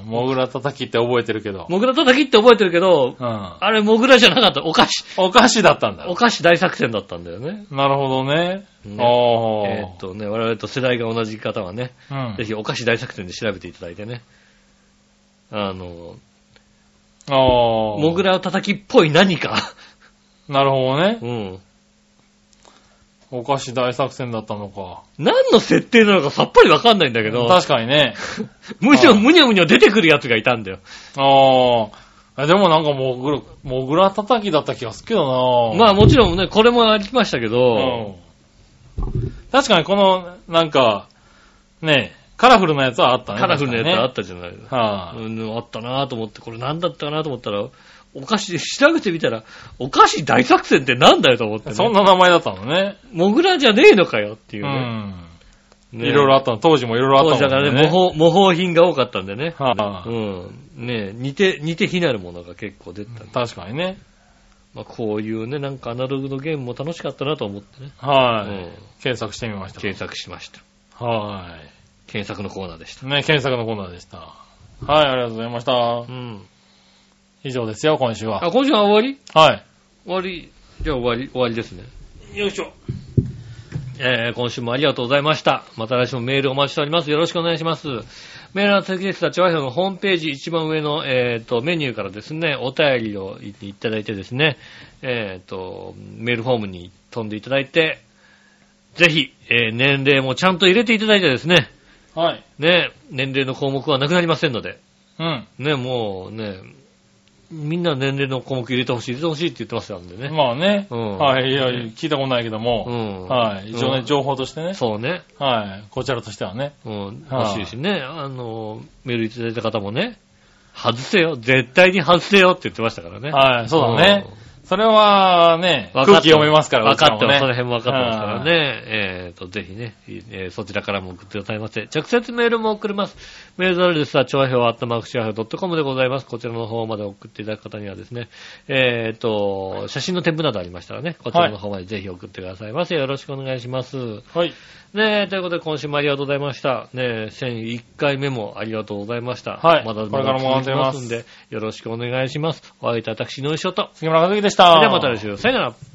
モグラ叩きって覚えてるけど。 モグラ叩きって覚えてるけど、うん。あれモグラじゃなかった。お菓子。 お菓子だったんだ。 お菓子大作戦だったんだよね。 なるほどね。 ねあえー、っとね、我々と世代が同じ方はね、うん、ぜひお菓子大作戦で調べていただいてね。あの、あモグラ叩きっぽい何か。 なるほどね。 うん。 お菓子大作戦だったのか。 何の設定なのかさっぱりわかんないんだけど。 確かにね。 むしろむにゃむにゃ出てくるやつがいたんだよ。 ああ。でもなんかもぐら、もぐら叩きだった気がするけどな。 まあもちろんね、これもありましたけど。 うん、確かにこの、なんか、ね、カラフルなやつはあったね。 カラフルなやつはあったじゃない。 はあ、うん、あったなぁと思って、これ何だったかなと思ったら、お菓子で調べてみたら、お菓子大作戦ってなんだよと思って、ね。 そんな名前だったのね。 モグラじゃねえのかよっていうね。 うん。ね、いろいろあったの。当時もいろいろあったの、ね。 当時だからね、模倣、模倣品が多かったんでね。 はあ、 うん。ね似て、似て非なるものが結構出てた。 確かにね。 まあこういうね、なんかアナログのゲームも楽しかったなと思ってね。 はい、うん。検索してみました。 検索しました。 はい。 検索のコーナーでした。 ね、検索のコーナーでした。はい、ありがとうございました。うん。以上ですよ、今週は。 あ、今週は終わり？ はい。 終わり、じゃあ終わり、終わりですね。 よいしょ。 えー、今週もありがとうございました。また来週もメールお待ちしております。よろしくお願いします。メールの続きですが、チョアヘオのホームページ一番上の、えーと、メニューからですね、お便りをいただいてですね、えーと、メールフォームに飛んでいただいて、ぜひ、えー、年齢もちゃんと入れていただいてですね、 はい。 ね、年齢の項目はなくなりませんので、 うん。 ね、もうね、みんな年齢の項目入れてほしい、入れてほしいって言ってましたんでね。 まあね。うん。はい。いや、聞いたことないけども。 うん。 はい。一応ね、うん、情報としてね。 そうね。 はい。こちらとしてはね。 うん。欲しいしね。あの、メールいただいた方もね、外せよ。絶対に外せよって言ってましたからね。 はい。そうだね。それはね、空気読めますから、 分かってます。その辺も分かってますからね。えっと、ぜひね、えー、そちらからも送ってくださいませ。直接メールも送れます。メールアドレスは、ちょうひょうアットマークシェアヒョウ .com でございます。こちらの方まで送っていただく方にはですね、えっと、写真の添付などありましたらね、こちらの方までぜひ送ってくださいませ。よろしくお願いします。 はい。 ねえ、ということで今週もありがとうございました。ねえ、せんいっかいめもありがとうございました。 はい。 まだまだ続きますんで、よろしくお願いします。お会いいたい私、井上翔と、 杉村和樹でした。 それではまた来週、さよなら。